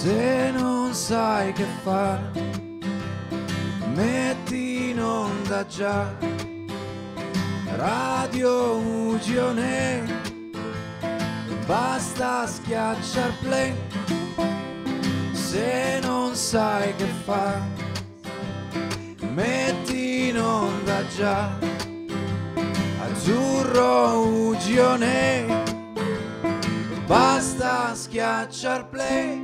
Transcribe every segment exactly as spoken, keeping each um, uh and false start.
Se non sai che fare, metti in onda già Radio Ugione, basta schiacciar play. Se non sai che fare, metti in onda già Azzurro Ugione, basta schiacciar play.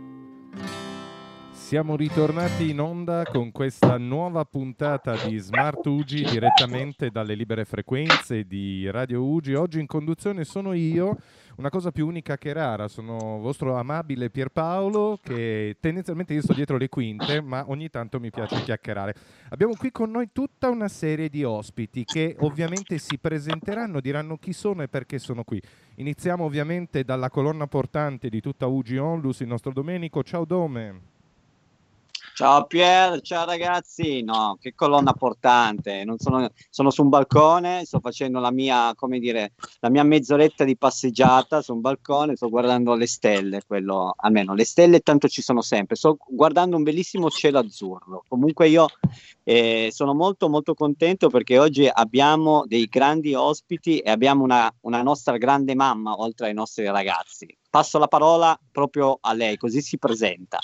Siamo ritornati in onda con questa nuova puntata di Smart Ugi direttamente dalle libere frequenze di Radio Ugi. Oggi in conduzione sono io, una cosa più unica che rara, sono vostro amabile Pierpaolo, che tendenzialmente io sto dietro le quinte, ma ogni tanto mi piace chiacchierare. Abbiamo qui con noi tutta una serie di ospiti che ovviamente si presenteranno, diranno chi sono e perché sono qui. Iniziamo ovviamente dalla colonna portante di tutta Ugi Onlus, il nostro Domenico. Ciao Dome! Ciao Pier, ciao ragazzi. No, che colonna portante. Non sono, sono su un balcone, sto facendo la mia, come dire, la mia mezz'oretta di passeggiata su un balcone, sto guardando le stelle, quello, almeno le stelle tanto ci sono sempre. Sto guardando un bellissimo cielo azzurro. Comunque io eh, sono molto molto contento perché oggi abbiamo dei grandi ospiti e abbiamo una, una nostra grande mamma oltre ai nostri ragazzi. Passo la parola proprio a lei, così si presenta.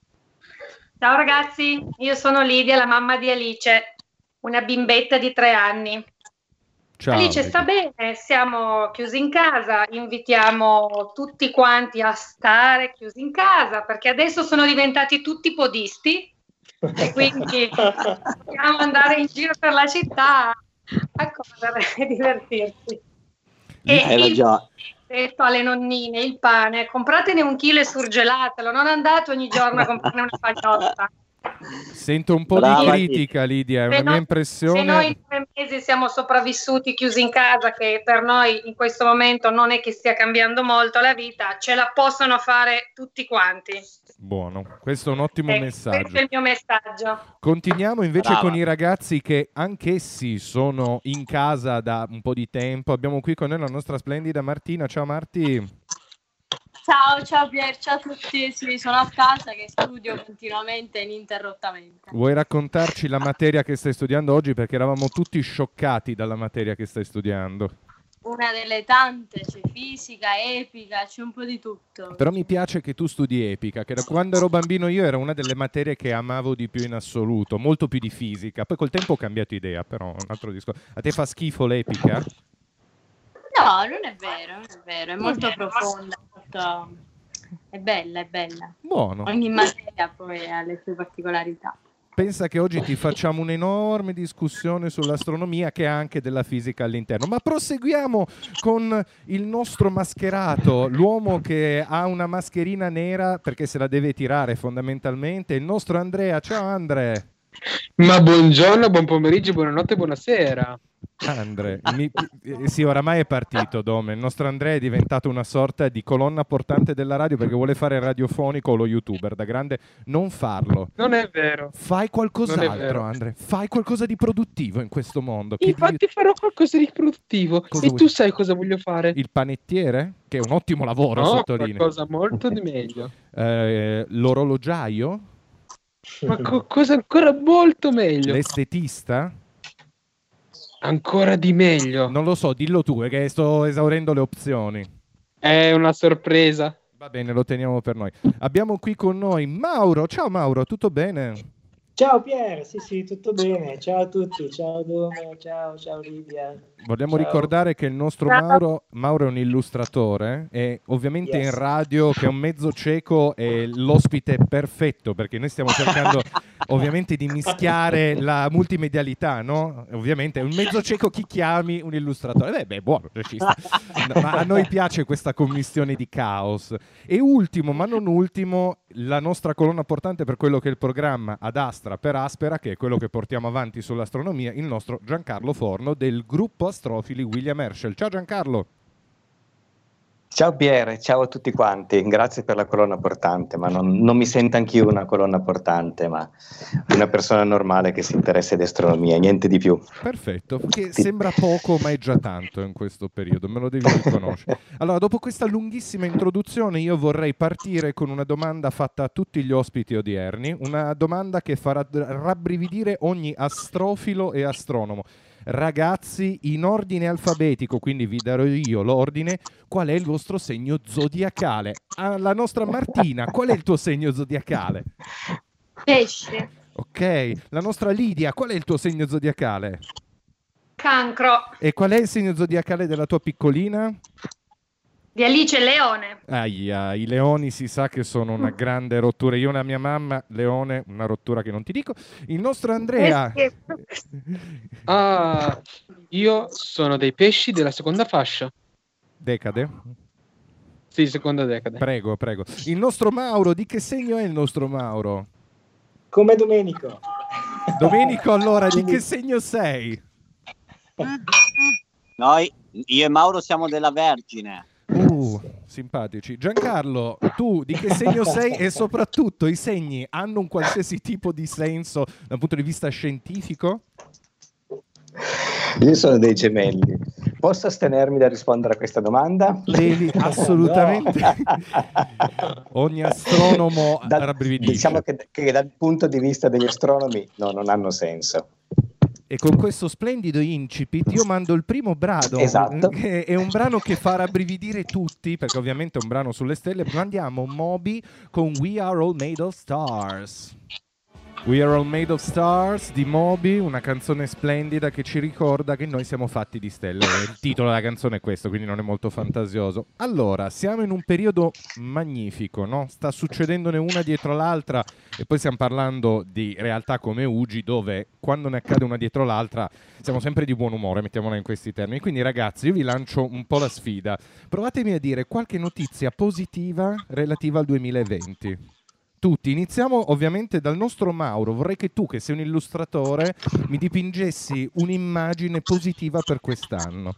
Ciao ragazzi, io sono Lidia, la mamma di Alice, una bimbetta di tre anni. Ciao, Alice sta bene, siamo chiusi in casa, invitiamo tutti quanti a stare chiusi in casa perché adesso sono diventati tutti podisti e quindi possiamo andare in giro per la città a correre e divertirsi. E il, già. detto alle nonnine, il pane, compratene un chilo e surgelatelo, non andate ogni giorno a comprarne una pagnotta. Sento un po' Brava, di critica Lidia, è una no, mia impressione. Se noi in tre mesi siamo sopravvissuti chiusi in casa, che per noi in questo momento non è che stia cambiando molto la vita, ce la possono fare tutti quanti. Buono, questo è un ottimo eh, messaggio. Questo è il mio messaggio. Continuiamo invece Brava. con i ragazzi che anch'essi sono in casa da un po' di tempo. Abbiamo qui con noi la nostra splendida Martina. Ciao Marti. Ciao, ciao Pier, ciao a tutti. Sì, sono a casa che studio continuamente e ininterrottamente. Vuoi raccontarci la materia che stai studiando oggi? Perché eravamo tutti scioccati dalla materia che stai studiando. Una delle tante, c'è fisica, epica, c'è un po' di tutto. Però mi piace che tu studi epica, che da quando ero bambino io era una delle materie che amavo di più in assoluto, molto più di fisica. Poi col tempo ho cambiato idea, però un altro discorso. A te fa schifo l'epica? No, non è vero, non è vero, è molto è profonda, molto... è bella, è bella. Buono. Ogni materia poi ha le sue particolarità. Pensa che oggi ti facciamo un'enorme discussione sull'astronomia che ha anche della fisica all'interno. Ma proseguiamo con il nostro mascherato, l'uomo che ha una mascherina nera perché se la deve tirare fondamentalmente, il nostro Andrea. Ciao Andre. Ma buongiorno, buon pomeriggio, buonanotte, buonasera. Andre, mi, eh, sì, oramai è partito Dome, il nostro Andrea è diventato una sorta di colonna portante della radio perché vuole fare il radiofonico o lo youtuber, da grande non farlo. Non è vero. Fai qualcos'altro Andre, fai qualcosa di produttivo in questo mondo. Che Infatti di... farò qualcosa di produttivo. Cosa e vuoi... tu sai cosa voglio fare? Il panettiere? Che è un ottimo lavoro, no, sottolineo. Qualcosa molto di meglio. Eh, l'orologiaio? Ma co- cosa ancora molto meglio? L'estetista? Ancora di meglio. Non lo so, dillo tu, è che sto esaurendo le opzioni. È una sorpresa. Va bene, lo teniamo per noi. Abbiamo qui con noi Mauro. Ciao Mauro, tutto bene? Ciao Pier, sì sì, tutto bene. Ciao a tutti, ciao Dome, ciao, ciao Lidia. Vogliamo ciao. ricordare che il nostro Mauro, Mauro è un illustratore e ovviamente yes. in radio, che è un mezzo cieco, è l'ospite perfetto perché noi stiamo cercando ovviamente di mischiare la multimedialità, no? Ovviamente un mezzo cieco chi chiami un illustratore? Beh, beh buono, ci sta. No, ma a noi piace questa commistione di caos. E ultimo, ma non ultimo, la nostra colonna portante per quello che è il programma Ad Astra per Aspera, che è quello che portiamo avanti sull'astronomia, il nostro Giancarlo Forno del gruppo astrofili William Herschel. Ciao Giancarlo. Ciao Pier, ciao a tutti quanti, grazie per la colonna portante, ma non, non mi sento anch'io una colonna portante, ma una persona normale che si interessa di astronomia, niente di più. Perfetto, che sembra poco ma è già tanto in questo periodo, me lo devi riconoscere. Allora, dopo questa lunghissima introduzione io vorrei partire con una domanda fatta a tutti gli ospiti odierni, una domanda che farà rabbrividire ogni astrofilo e astronomo. Ragazzi, in ordine alfabetico, quindi vi darò io l'ordine, qual è il vostro segno zodiacale? Alla nostra Martina, qual è il tuo segno zodiacale? Pesce. Ok, la nostra Lidia, qual è il tuo segno zodiacale? Cancro. E qual è il segno zodiacale della tua piccolina? Di Alice, Leone. Aia, i leoni si sa che sono una grande rottura. Io e la mia mamma, leone, una rottura che non ti dico. Il nostro Andrea. Ah, io sono dei pesci della seconda fascia. Decade? Sì, seconda decade. Prego, prego. Il nostro Mauro, di che segno è il nostro Mauro? Come Domenico. Domenico, allora, di che segno sei? Noi, io e Mauro siamo della Vergine. Uh, simpatici. Giancarlo, tu di che segno sei e soprattutto i segni hanno un qualsiasi tipo di senso dal punto di vista scientifico? Io sono dei gemelli. Posso astenermi da rispondere a questa domanda? Devi assolutamente. Ogni astronomo da, rabbrividisce. Diciamo che, che dal punto di vista degli astronomi no, non hanno senso. E con questo splendido incipit io mando il primo brano, esatto. che è un brano che fa rabbrividire tutti, perché ovviamente è un brano sulle stelle. Mandiamo Moby con We Are All Made of Stars. We Are All Made of Stars di Moby, una canzone splendida che ci ricorda che noi siamo fatti di stelle. Il titolo della canzone è questo, quindi non è molto fantasioso. Allora, siamo in un periodo magnifico, no? Sta succedendone una dietro l'altra e poi stiamo parlando di realtà come U G I, dove quando ne accade una dietro l'altra siamo sempre di buon umore, mettiamola in questi termini. Quindi ragazzi, io vi lancio un po' la sfida. Provatemi a dire qualche notizia positiva relativa al duemilaventi. Tutti, iniziamo ovviamente dal nostro Mauro. Vorrei che tu, che sei un illustratore, mi dipingessi un'immagine positiva per quest'anno.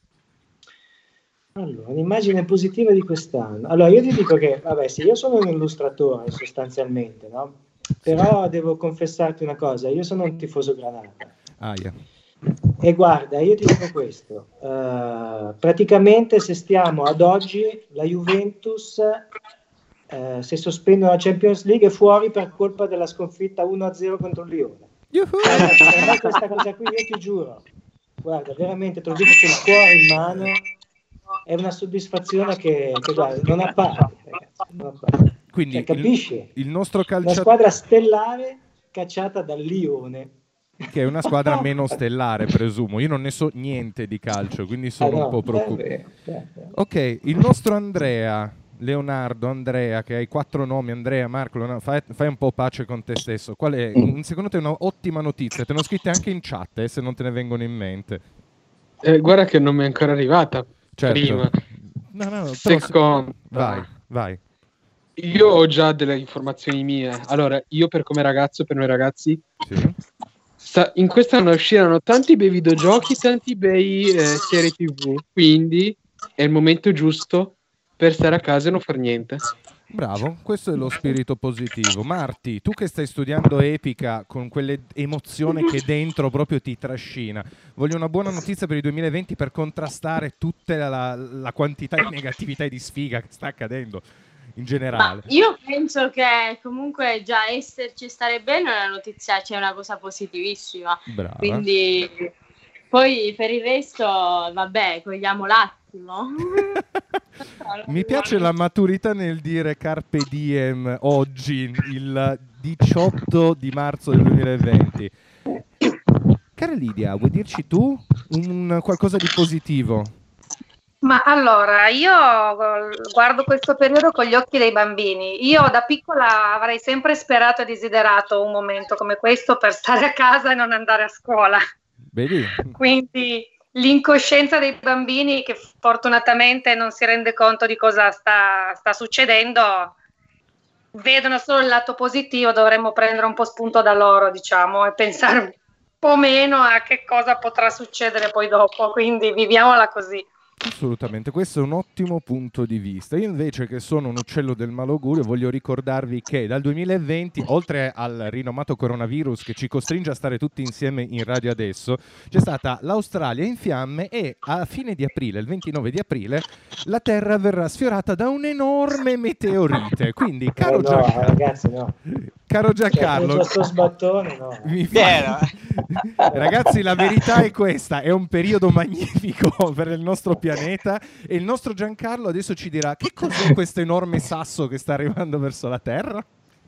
Allora, un'immagine positiva di quest'anno. Allora, io ti dico che, vabbè, sì, io sono un illustratore sostanzialmente, no? Però devo confessarti una cosa, io sono un tifoso Granata. Ah, yeah. E guarda, io ti dico questo, uh, praticamente se stiamo ad oggi, la Juventus... Uh, se sospendono la Champions League è fuori per colpa della sconfitta uno a zero contro il Lione. Per me questa cosa qui, io ti giuro, guarda, veramente te lo dico col cuore in mano, è una soddisfazione che, che guarda, non appare, ragazzi, non appare. Quindi cioè, capisci? Il, il nostro calciatore... Una squadra stellare cacciata dal Lione. Che è una squadra meno stellare, presumo. Io non ne so niente di calcio, quindi sono eh no, un po' preoccupato. Eh, eh, eh. Ok, il nostro Andrea... Leonardo, Andrea, che hai quattro nomi, Andrea, Marco, Leonardo, fai, fai un po' pace con te stesso. Qual è, secondo te, un'ottima notizia? Te ne ho scritte anche in chat, eh, se non te ne vengono in mente. Eh, guarda che non mi è ancora arrivata. Certo. Prima. No, no, no, Secondo. Vai, vai. Io ho già delle informazioni mie. Allora, io per come ragazzo, per noi ragazzi, sì. sta, in quest'anno usciranno tanti bei videogiochi, tanti bei eh, serie tivù, quindi è il momento giusto per stare a casa e non far niente. Bravo, questo è lo spirito positivo. Marti, tu che stai studiando Epica con quell'emozione che dentro proprio ti trascina, voglio una buona notizia per il duemilaventi per contrastare tutta la, la quantità di negatività e di sfiga che sta accadendo in generale. Ma io penso che comunque già esserci e stare bene è una notizia, c'è una cosa positivissima. Brava. Quindi poi per il resto, vabbè, cogliamo l'attimo. Mi piace la maturità nel dire carpe diem oggi, il diciotto di marzo del duemilaventi. Cara Lidia, vuoi dirci tu un qualcosa di positivo? Ma allora, io guardo questo periodo con gli occhi dei bambini. Io da piccola avrei sempre sperato e desiderato un momento come questo per stare a casa e non andare a scuola. Vedi? Quindi l'incoscienza dei bambini che fortunatamente non si rende conto di cosa sta, sta succedendo, vedono solo il lato positivo, dovremmo prendere un po' spunto da loro, diciamo, e pensare un po' meno a che cosa potrà succedere poi dopo, quindi viviamola così. Assolutamente, questo è un ottimo punto di vista. Io invece, che sono un uccello del malaugurio, voglio ricordarvi che dal duemilaventi, oltre al rinomato coronavirus che ci costringe a stare tutti insieme in radio adesso, c'è stata l'Australia in fiamme e a fine di aprile, il ventinove di aprile, la Terra verrà sfiorata da un'enorme meteorite. Quindi, caro eh no, Giancarlo, ragazzi, no. Caro Giancarlo, cioè, questo sbattone, no. mi fa... Ragazzi, la verità è questa: è un periodo magnifico per il nostro pianeta e il nostro Giancarlo adesso ci dirà che cos'è questo enorme sasso che sta arrivando verso la Terra.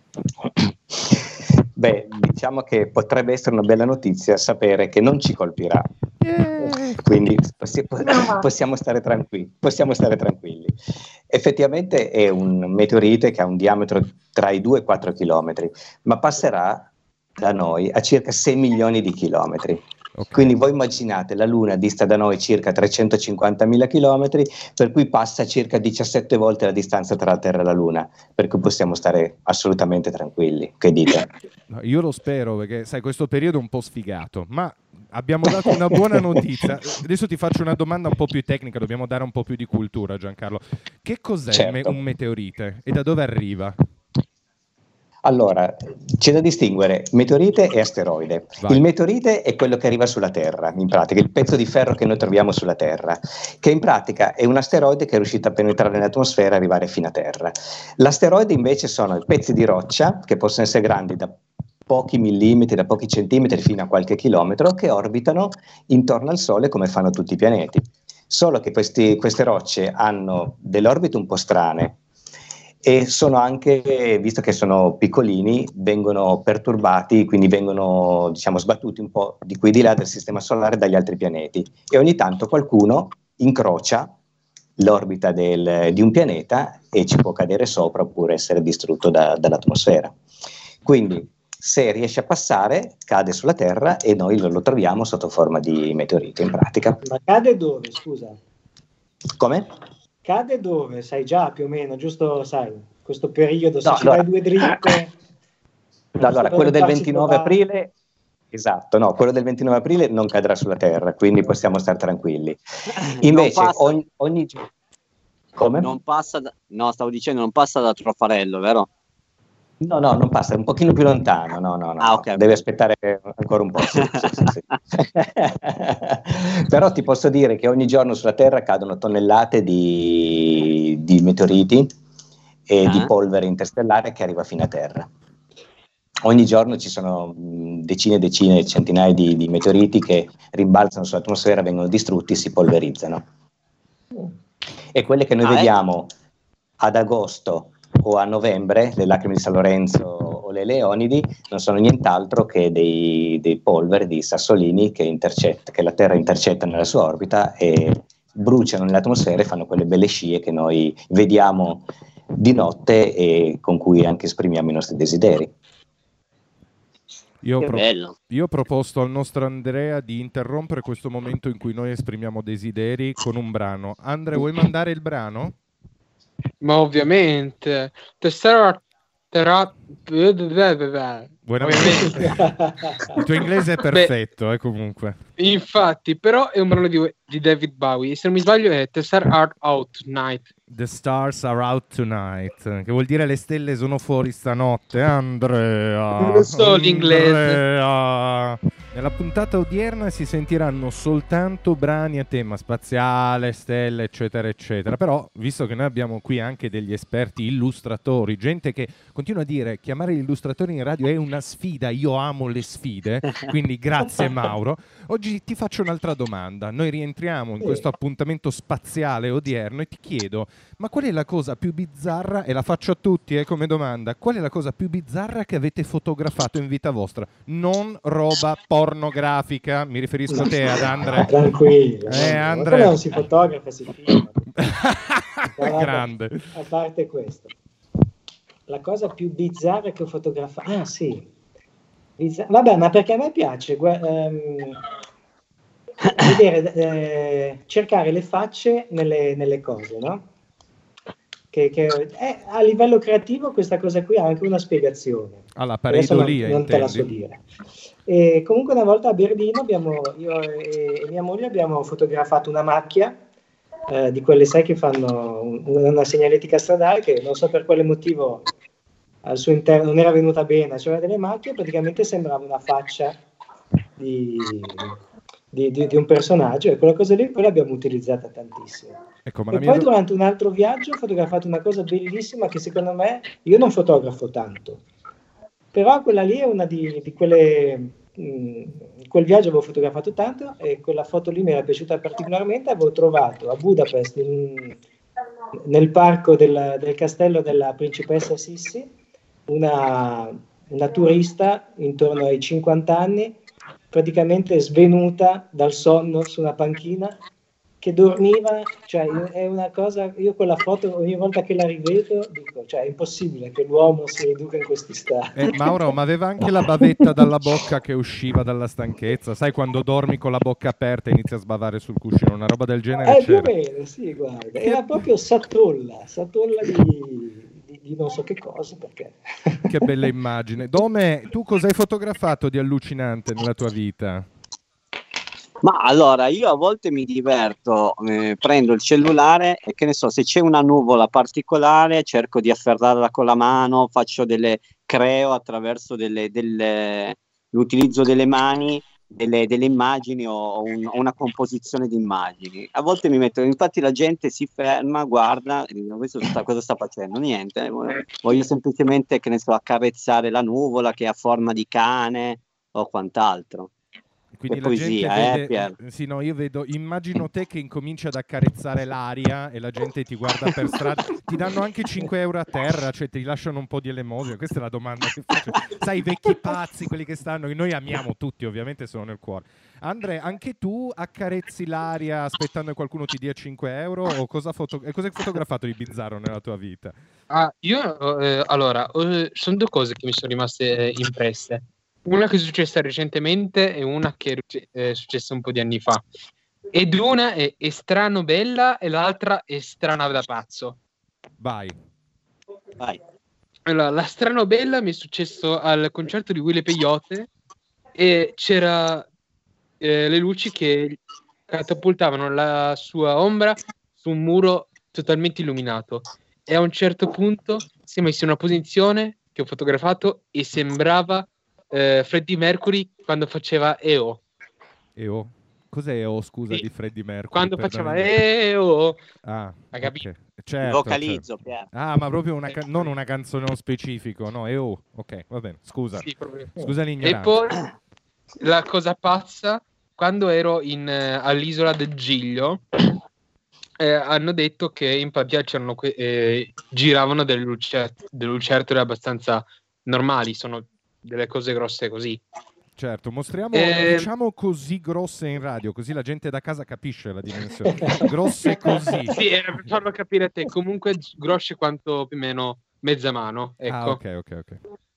Beh, diciamo che potrebbe essere una bella notizia sapere che non ci colpirà. Yeah. Quindi possi- possiamo stare tranquilli, possiamo stare tranquilli. Effettivamente è un meteorite che ha un diametro tra i due e i quattro chilometri, ma passerà da noi a circa sei milioni di chilometri. Okay. Quindi voi immaginate, la Luna dista da noi circa trecentocinquantamila chilometri, per cui passa circa diciassette volte la distanza tra la Terra e la Luna, per cui possiamo stare assolutamente tranquilli. Che dite? No, io lo spero, perché sai, questo periodo è un po' sfigato, ma abbiamo dato una buona notizia. Adesso ti faccio una domanda un po' più tecnica, dobbiamo dare un po' più di cultura, Giancarlo. Che cos'è certo. un meteorite e da dove arriva? Allora, c'è da distinguere meteorite e asteroide. Vai. Il meteorite è quello che arriva sulla Terra, in pratica, il pezzo di ferro che noi troviamo sulla Terra, che in pratica è un asteroide che è riuscito a penetrare nell'atmosfera e arrivare fino a Terra. L'asteroide invece sono i pezzi di roccia, che possono essere grandi da pochi millimetri, da pochi centimetri fino a qualche chilometro, che orbitano intorno al Sole come fanno tutti i pianeti. Solo che questi, queste rocce hanno delle orbite un po' strane, e sono anche, visto che sono piccolini, vengono perturbati, quindi vengono, diciamo, sbattuti un po' di qui e di là del sistema solare dagli altri pianeti, e ogni tanto qualcuno incrocia l'orbita del, di un pianeta e ci può cadere sopra oppure essere distrutto da, dall'atmosfera. Quindi se riesce a passare, cade sulla Terra e noi lo, lo troviamo sotto forma di meteorite in pratica. Ma cade dove, scusa? Come? Cade dove? Sai già più o meno, giusto, sai, questo periodo, se no, ci allora, dai due dritte... No, allora, quello del ventinove aprile, esatto, no, quello del ventinove aprile non cadrà sulla Terra, quindi possiamo stare tranquilli. Invece, ogni, ogni giorno... Come? Non passa da, no, stavo dicendo, non passa da Trofarello, vero? No, no, non passa, è un pochino più lontano, no, no, no, ah, okay, deve aspettare ancora un po'. Sì, sì, sì, sì. Però ti posso dire che ogni giorno sulla Terra cadono tonnellate di, di meteoriti e ah. di polvere interstellare che arriva fino a Terra. Ogni giorno ci sono decine e decine, centinaia di, di meteoriti che rimbalzano sull'atmosfera, vengono distrutti, si polverizzano. E quelle che noi ah, vediamo eh? ad agosto o a novembre, le lacrime di San Lorenzo o le Leonidi, non sono nient'altro che dei, dei polveri, di sassolini che, intercetta, che la Terra intercetta nella sua orbita e bruciano nell'atmosfera e fanno quelle belle scie che noi vediamo di notte e con cui anche esprimiamo i nostri desideri. Io, pro- io ho proposto al nostro Andrea di interrompere questo momento in cui noi esprimiamo desideri con un brano. Andrea, vuoi mandare il brano? Ma ovviamente Tessera terra... Ovviamente. Il tuo inglese è perfetto. Beh, eh, comunque infatti, però è un brano di, di David Bowie, se non mi sbaglio è The Stars Are Out Tonight. The Stars Are Out Tonight, che vuol dire le stelle sono fuori stanotte. Andrea, non lo so l'inglese. Andrea. Nella puntata odierna si sentiranno soltanto brani a tema spaziale, stelle, eccetera, eccetera. Però, visto che noi abbiamo qui anche degli esperti illustratori, gente che continua a dire chiamare gli illustratori in radio è una sfida, io amo le sfide, quindi grazie Mauro. Oggi ti faccio un'altra domanda. Noi rientriamo in questo appuntamento spaziale odierno e ti chiedo, ma qual è la cosa più bizzarra, e la faccio a tutti eh, come domanda, qual è la cosa più bizzarra che avete fotografato in vita vostra? Non roba pornografica, mi riferisco a te, ad Andrea. Tranquillo, eh, Andrea. Non si fotografa, si filma. Grande. A parte questo, la cosa più bizzarra che ho fotografato, ah sì, Bizza... vabbè, ma perché a me piace gu- ehm, vedere, eh, cercare le facce nelle, nelle cose, no? Che, che è, a livello creativo questa cosa qui ha anche una spiegazione. Alla pareidolia, non, non te la so dire. E comunque una volta a Berlino abbiamo, io e, e mia moglie abbiamo fotografato una macchia eh, di quelle, sai, che fanno un- una segnaletica stradale, che non so per quale motivo al suo interno non era venuta bene, c'era delle macchie, praticamente sembrava una faccia di, di, di- di un personaggio, e quella cosa lì poi l'abbiamo utilizzata tantissimo. Ecco, ma E la mia poi do- durante un altro viaggio ho fotografato una cosa bellissima che secondo me, io non fotografo tanto, però quella lì è una di, di quelle, mh, quel viaggio avevo fotografato tanto e quella foto lì mi era piaciuta particolarmente. Avevo trovato a Budapest, in- nel parco del, del castello della principessa Sissi, una, una turista intorno ai cinquanta anni, praticamente svenuta dal sonno su una panchina, che dormiva. Cioè è una cosa, io quella foto ogni volta che la rivedo dico, cioè è impossibile che l'uomo si riduca in questi stati. Eh, Mauro, ma aveva anche la bavetta dalla bocca che usciva dalla stanchezza. Sai, quando dormi con la bocca aperta e inizi a sbavare sul cuscino, una roba del genere Eh, più o c'era. meno, sì, guarda, era proprio satolla, satolla di, di, di non so che cosa, perché... Che bella immagine. Dome, tu cosa hai fotografato di allucinante nella tua vita? Ma allora, io a volte mi diverto, eh, prendo il cellulare e che ne so, se c'è una nuvola particolare cerco di afferrarla con la mano, faccio delle, creo attraverso delle, delle, l'utilizzo delle mani, delle, delle immagini o un- o una composizione di immagini. A volte mi metto, infatti la gente si ferma, guarda, e dico, questo sta- cosa sta facendo? Niente, voglio semplicemente, che ne so, accarezzare la nuvola che ha forma di cane o quant'altro. Quindi Che la gente poesia, eh, vede, Pier? sì, no, io vedo, immagino te che incominci ad accarezzare l'aria e la gente ti guarda per strada, ti danno anche cinque euro a terra, cioè ti lasciano un po' di elemosina. Questa è la domanda che faccio. Sai, i vecchi pazzi, quelli che stanno, che noi amiamo tutti, ovviamente sono nel cuore. Andre, anche tu accarezzi l'aria aspettando che qualcuno ti dia cinque euro, o cosa, foto- e cosa hai fotografato di bizzarro nella tua vita? Ah, io, eh, allora, eh, sono due cose che mi sono rimaste eh, impresse. Una che è successa recentemente e una che è ruce- è successa un po' di anni fa. Ed una è, è strano bella e l'altra è strana da pazzo. Vai. Vai. Allora, la strano bella mi è successo al concerto di Wile Peyote e c'era eh, le luci che catapultavano la sua ombra su un muro totalmente illuminato, e a un certo punto si è messo in una posizione che ho fotografato e sembrava eh, Freddie Mercury quando faceva E O. E O? Cos'è E O, scusa, Sì. di Freddie Mercury? Quando faceva Perdonami. E O. Ah, Hai capito? ok. Certo, Vocalizzo, certo. Pier. Ah, ma proprio una ca- non una canzone nello specifico, no? E oh, ok, va bene, scusa. Sì, proprio. Scusa E l'ignoranza. poi la cosa pazza, quando ero in, eh, all'isola del Giglio, eh, hanno detto che in pratica c'erano que- eh, giravano delle, lucer- delle lucertole abbastanza normali, sono delle cose grosse così. Certo, mostriamo, Eh, diciamo così grosse in radio, così la gente da casa capisce la dimensione. Grosse così. Sì, era per farlo capire a te, comunque grosse quanto più o meno mezza mano, ecco. Ah, ok, ok, ok.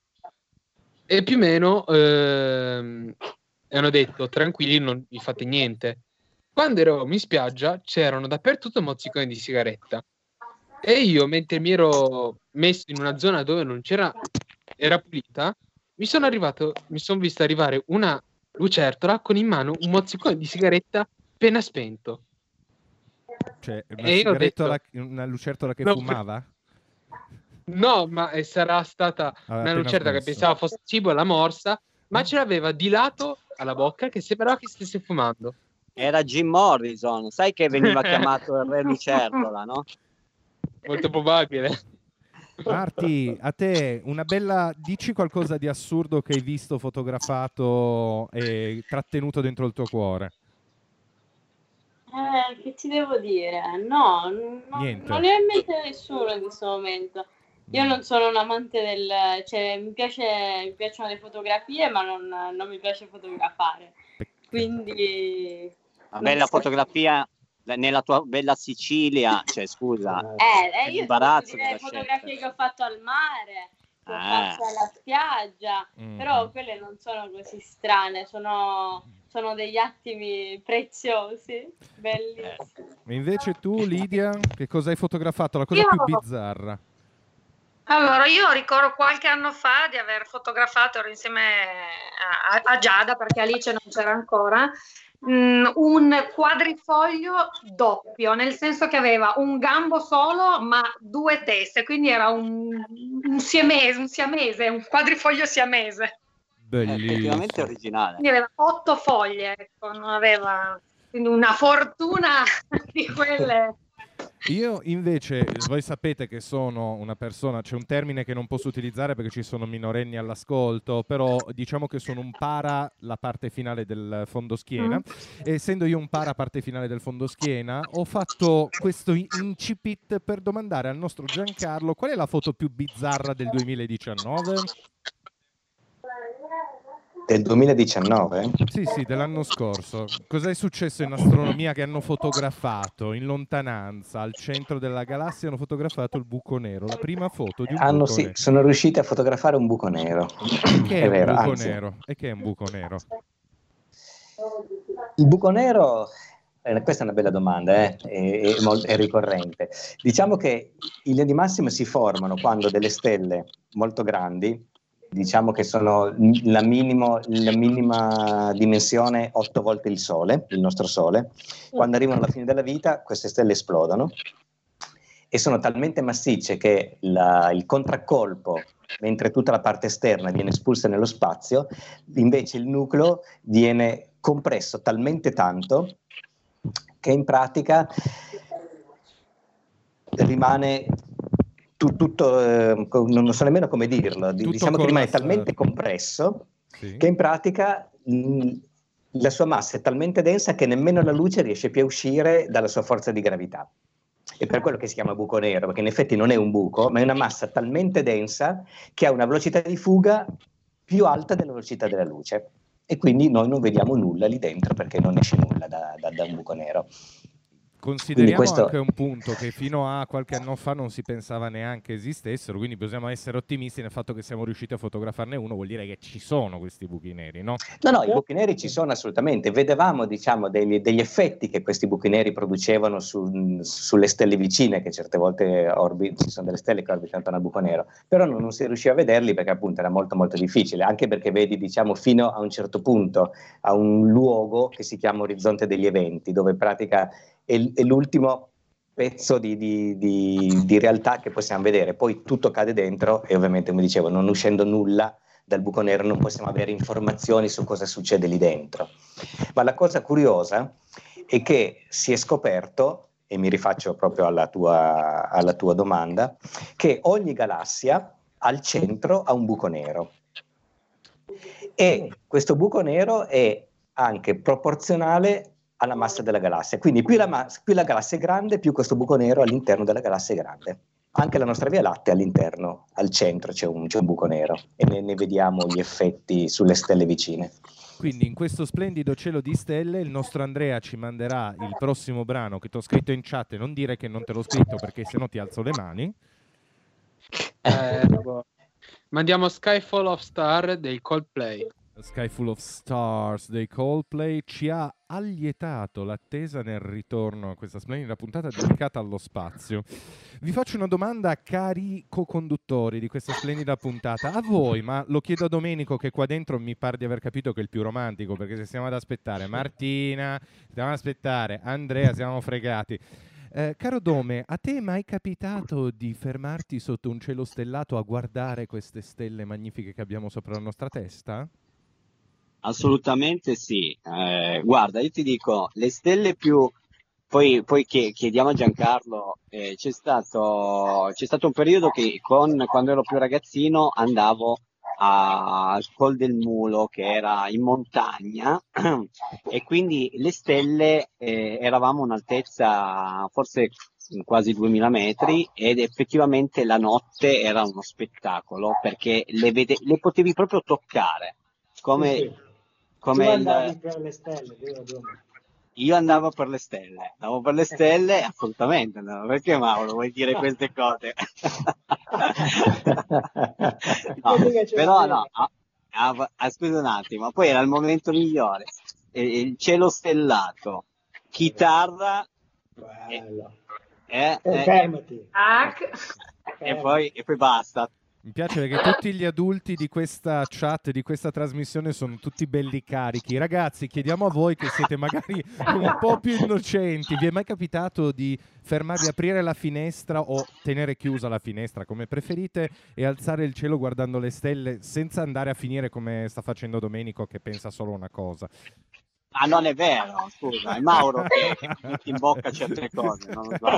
E più o meno ehm, hanno detto tranquilli, non vi fate niente. Quando eravamo in spiaggia c'erano dappertutto mozziconi di sigaretta, e io, mentre mi ero messo in una zona dove non c'era, era pulita, mi sono arrivato, mi sono visto arrivare una lucertola con in mano un mozzicone di sigaretta appena spento. Cioè, una E io ho sigarettola, detto, una lucertola che no, fumava? no, ma eh, sarà stata Aveva una appena lucertola che smesso. pensava fosse cibo alla morsa, ma ce l'aveva di lato alla bocca che sembrava che stesse fumando. Era Jim Morrison, sai che veniva chiamato il re lucertola, no? Molto probabile. Marti, a te una bella... Dici qualcosa di assurdo che hai visto, fotografato e trattenuto dentro il tuo cuore. Eh, che ti devo dire? No, non, Niente. non ne ho in mente nessuno in questo momento. Io non sono un amante del... cioè mi piace, mi piacciono le fotografie, ma non, non mi piace fotografare. Quindi... Una bella fotografia nella tua bella Sicilia, cioè scusa. Eh, eh io imbarazzo ti direi questa fotografie scelta. che ho fatto al mare, che ho Eh. fatto alla spiaggia, Mm. però quelle non sono così strane, sono, sono degli attimi preziosi, bellissimi. E invece tu, Lidia, che cosa hai fotografato? La cosa Io- più bizzarra? Allora, io ricordo qualche anno fa di aver fotografato, ero insieme a, a Giada, perché Alice non c'era ancora, mh, un quadrifoglio doppio, nel senso che aveva un gambo solo ma due teste, quindi era un, un siamese, un siamese, un quadrifoglio siamese. Bellissimo. Effettivamente originale. Quindi aveva otto foglie, ecco, non aveva quindi una fortuna di quelle. Io invece, voi sapete che sono una persona, c'è un termine che non posso utilizzare perché ci sono minorenni all'ascolto, però diciamo che sono un para la parte finale del fondoschiena. Mm. E essendo io un para parte finale del fondoschiena, ho fatto questo incipit per domandare al nostro Giancarlo qual è la foto più bizzarra del duemiladiciannove? Del duemiladiciannove? Sì, sì, dell'anno scorso. Cos'è successo in astronomia che hanno fotografato in lontananza, al centro della galassia, hanno fotografato il buco nero, la prima foto di un hanno, buco sì, nero. Sono riusciti a fotografare un buco nero. E che è, è un vero, buco anzi. nero? E che è un buco nero? Il buco nero, eh, questa è una bella domanda, eh? è, è, è ricorrente. Diciamo che in linea di massima si formano quando delle stelle molto grandi, diciamo che sono la, minimo, la minima dimensione otto volte il Sole, il nostro Sole, quando arrivano alla fine della vita queste stelle esplodono e sono talmente massicce che la, il contraccolpo, mentre tutta la parte esterna viene espulsa nello spazio, invece il nucleo viene compresso talmente tanto che in pratica rimane tu, tutto, eh, non so nemmeno come dirlo, tutto diciamo che rimane talmente compresso, sì, che in pratica mh, la sua massa è talmente densa che nemmeno la luce riesce più a uscire dalla sua forza di gravità. È per quello che si chiama buco nero, perché in effetti non è un buco, ma è una massa talmente densa che ha una velocità di fuga più alta della velocità della luce. E quindi noi non vediamo nulla lì dentro perché non esce nulla da, da, da un buco nero. Consideriamo questo... anche un punto che fino a qualche anno fa non si pensava neanche esistessero, quindi possiamo essere ottimisti nel fatto che siamo riusciti a fotografarne uno, vuol dire che ci sono questi buchi neri, no? No, no, i buchi neri ci sono assolutamente. Vedevamo, diciamo, degli, degli effetti che questi buchi neri producevano su, sulle stelle vicine, che certe volte orbi, ci sono delle stelle che orbitano attorno al buco nero, però non, non si riusciva a vederli perché appunto era molto molto difficile, anche perché vedi, diciamo, fino a un certo punto, a un luogo che si chiama orizzonte degli eventi, dove in pratica è, è l'ultimo pezzo di, di, di, di realtà che possiamo vedere, poi tutto cade dentro e ovviamente, come dicevo, non uscendo nulla dal buco nero non possiamo avere informazioni su cosa succede lì dentro. Ma la cosa curiosa è che si è scoperto, e mi rifaccio proprio alla tua, alla tua domanda, che ogni galassia al centro ha un buco nero e questo buco nero è anche proporzionale alla massa della galassia, quindi più la, mas- più la galassia è grande, più questo buco nero all'interno della galassia è grande. Anche la nostra Via Lattea all'interno, al centro c'è un, c'è un buco nero e ne, ne vediamo gli effetti sulle stelle vicine. Quindi in questo splendido cielo di stelle il nostro Andrea ci manderà il prossimo brano che ti ho scritto in chat, e non dire che non te l'ho scritto perché sennò ti alzo le mani. Eh, mandiamo Skyfall of Star dei Coldplay. Sky Full of Stars dei Coldplay ci ha allietato l'attesa nel ritorno a questa splendida puntata dedicata allo spazio. Vi faccio una domanda, cari co-conduttori di questa splendida puntata, a voi, ma lo chiedo a Domenico che qua dentro mi pare di aver capito che è il più romantico, perché se stiamo ad aspettare Martina, stiamo ad aspettare Andrea, siamo fregati. Eh, caro Dome, a te è mai capitato di fermarti sotto un cielo stellato a guardare queste stelle magnifiche che abbiamo sopra la nostra testa? Assolutamente sì, eh, guarda, io ti dico, le stelle più, poi, poi che, chiediamo a Giancarlo, eh, c'è stato, c'è stato un periodo che con, quando ero più ragazzino andavo a- al Col del Mulo, che era in montagna, e quindi le stelle, eh, eravamo a un'altezza forse quasi duemila metri, ed effettivamente la notte era uno spettacolo perché le, vede- le potevi proprio toccare, come... Sì, sì. Come tu il... andavi per le stelle, vero Dome? Io andavo per le stelle, andavo per le stelle, assolutamente, andavo. Perché Mauro vuoi dire queste cose? No, però no, ah, ah, ah, scusa un attimo, poi era il momento migliore, eh, il cielo stellato, chitarra, Bello. eh, Eh, eh, fermati. Tac. e, poi, e poi basta. Mi piace perché tutti gli adulti di questa chat, di questa trasmissione, sono tutti belli carichi. Ragazzi, chiediamo a voi che siete magari un po' più innocenti. Vi è mai capitato di fermarvi, aprire la finestra o tenere chiusa la finestra, come preferite, e alzare il cielo guardando le stelle senza andare a finire come sta facendo Domenico, che pensa solo una cosa? Ah, non è vero, scusa, è Mauro che metti in bocca certe cose, non lo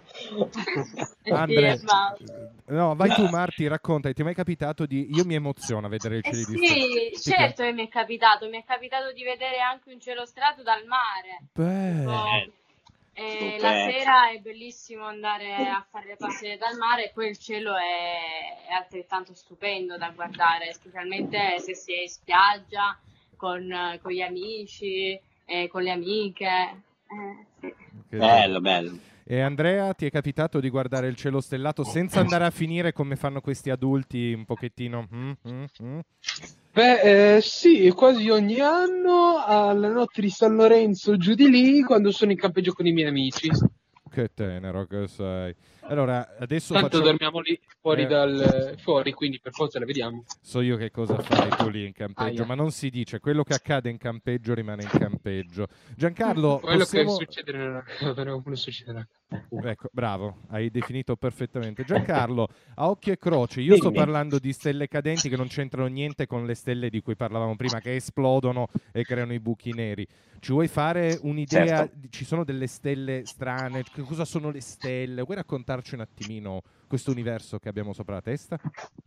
so. Andre, no, vai tu Marti, racconta, ti è mai capitato di... Io mi emoziono a vedere il cielo eh di sì, stelle. certo che mi è capitato, mi è capitato di vedere anche un cielo stellato dal mare. Beh. E la sera è bellissimo andare a fare le passeggiate dal mare e poi il cielo è, è altrettanto stupendo da guardare, specialmente se si è in spiaggia con, con gli amici, eh, con le amiche. Eh, sì. Bello, bello. E Andrea, ti è capitato di guardare il cielo stellato senza andare a finire come fanno questi adulti un pochettino? Mm, mm, mm. Beh, eh, sì, quasi ogni anno alla notte di San Lorenzo giù di lì, quando sono in campeggio con i miei amici. Che tenero che sei. Allora, adesso Tanto faccio... dormiamo lì fuori, eh... dal... fuori, quindi per forza le vediamo. So io che cosa fai tu lì in campeggio, ah, yeah. ma non si dice, quello che accade in campeggio rimane in campeggio. Giancarlo, quello possiamo... che succederà, non succederà. Ecco, bravo, hai definito perfettamente. Giancarlo, a occhio e croce, io sto parlando di stelle cadenti che non c'entrano niente con le stelle di cui parlavamo prima, che esplodono e creano i buchi neri. Ci vuoi fare un'idea? Certo. Ci sono delle stelle strane? Che cosa sono le stelle? Vuoi raccontarci un attimino questo universo che abbiamo sopra la testa?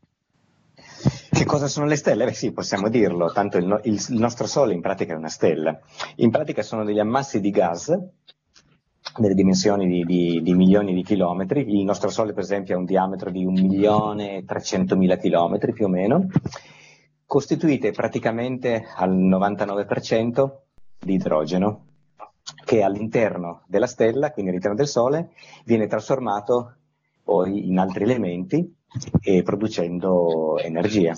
Che cosa sono le stelle? Beh sì, possiamo dirlo, tanto il, no- il, il nostro Sole in pratica è una stella. In pratica sono degli ammassi di gas delle dimensioni di, di, di milioni di chilometri. Il nostro Sole per esempio ha un diametro di un milione e trecentomila chilometri più o meno, costituite praticamente al novantanove per cento di idrogeno, che all'interno della stella, quindi all'interno del Sole, viene trasformato poi in altri elementi e producendo energia.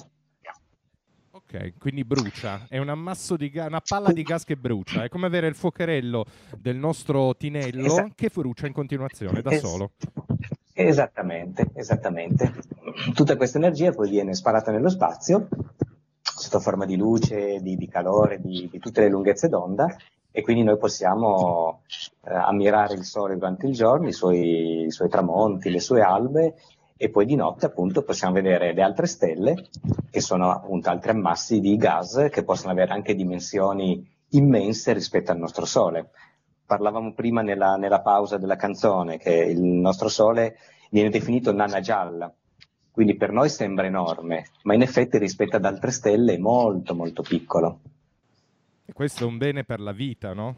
Ok, quindi brucia, è un ammasso di gas, una palla di gas che brucia, è come avere il fuocherello del nostro tinello esatto. che brucia in continuazione da es- solo. Esattamente, esattamente. Tutta questa energia poi viene sparata nello spazio, sotto forma di luce, di, di calore, di, di tutte le lunghezze d'onda, e quindi noi possiamo eh, ammirare il Sole durante il giorno, i suoi, i suoi tramonti, le sue albe, e poi di notte appunto possiamo vedere le altre stelle, che sono appunto altri ammassi di gas che possono avere anche dimensioni immense rispetto al nostro Sole. Parlavamo prima nella, nella pausa della canzone che il nostro Sole viene definito nana gialla, quindi per noi sembra enorme, ma in effetti rispetto ad altre stelle è molto molto piccolo. E questo è un bene per la vita, no?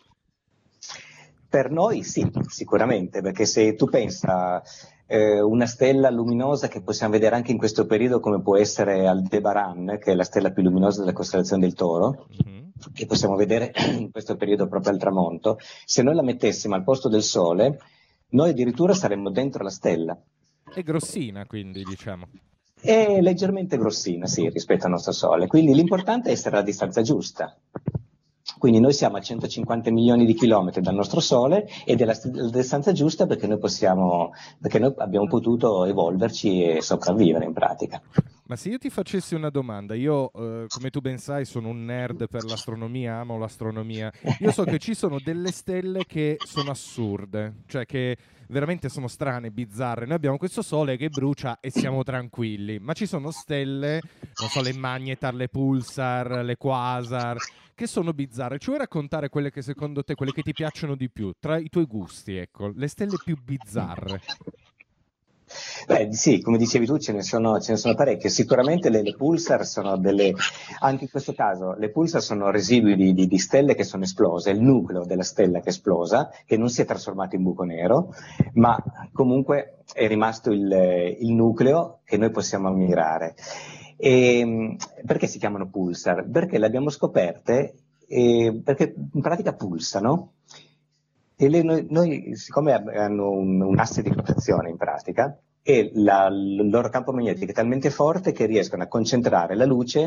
Per noi sì, sicuramente, perché se tu pensa eh, una stella luminosa che possiamo vedere anche in questo periodo, come può essere Aldebaran, che è la stella più luminosa della costellazione del Toro, mm-hmm. che possiamo vedere in questo periodo proprio al tramonto, se noi la mettessimo al posto del Sole, noi addirittura saremmo dentro la stella. È grossina, quindi, diciamo. È leggermente grossina, sì, rispetto al nostro Sole. Quindi l'importante è essere alla distanza giusta. Quindi noi siamo a centocinquanta milioni di chilometri dal nostro Sole ed è la, st- la distanza giusta perché noi possiamo, perché noi abbiamo potuto evolverci e sopravvivere in pratica. Ma se io ti facessi una domanda, io eh, come tu ben sai sono un nerd per l'astronomia, amo l'astronomia, io so che ci sono delle stelle che sono assurde, cioè che veramente sono strane, bizzarre. Noi abbiamo questo Sole che brucia e siamo tranquilli, ma ci sono stelle, non so, le Magnetar, le Pulsar, le Quasar, che sono bizzarre. Ci vuoi raccontare quelle che secondo te, quelle che ti piacciono di più, tra i tuoi gusti, ecco, le stelle più bizzarre? Beh, sì, come dicevi tu, ce ne sono, ce ne sono parecchie. Sicuramente le, le pulsar sono delle, anche in questo caso, le pulsar sono residui di, di, di stelle che sono esplose, il nucleo della stella che è esplosa, che non si è trasformato in buco nero, ma comunque è rimasto il, il nucleo che noi possiamo ammirare. E, perché si chiamano pulsar? Perché le abbiamo scoperte, eh, perché in pratica pulsano. E le, noi, noi, siccome hanno un, un asse di rotazione in pratica, e la, il loro campo magnetico è talmente forte che riescono a concentrare la luce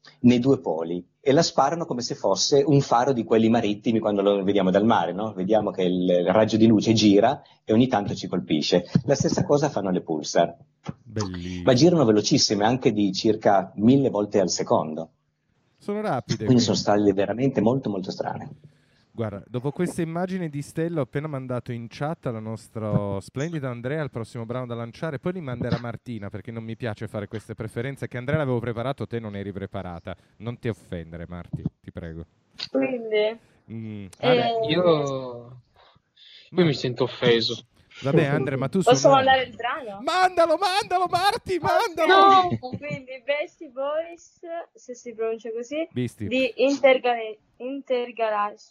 nei due poli e la sparano come se fosse un faro di quelli marittimi quando lo vediamo dal mare, no? Vediamo che il, il raggio di luce gira e ogni tanto ci colpisce. La stessa cosa fanno le pulsar, Bellissimo. ma girano velocissime, anche di circa mille volte al secondo. Sono rapide. Quindi, quindi sono stelle veramente molto molto strane. Guarda, dopo queste immagini di stelle ho appena mandato in chat al nostro splendido Andrea il prossimo brano da lanciare, poi li manderà Martina perché non mi piace fare queste preferenze che Andrea l'avevo preparato, te non eri preparata. Non ti offendere Marti, ti prego. Quindi? Mm. Eh, Io... Io mi sento offeso. Vabbè Andrea, ma tu Posso suona- mandare il brano? Mandalo, mandalo Marti, mandalo! No, quindi Beastie Boys, se si pronuncia così, Beastie. di Intergal- Intergalactics.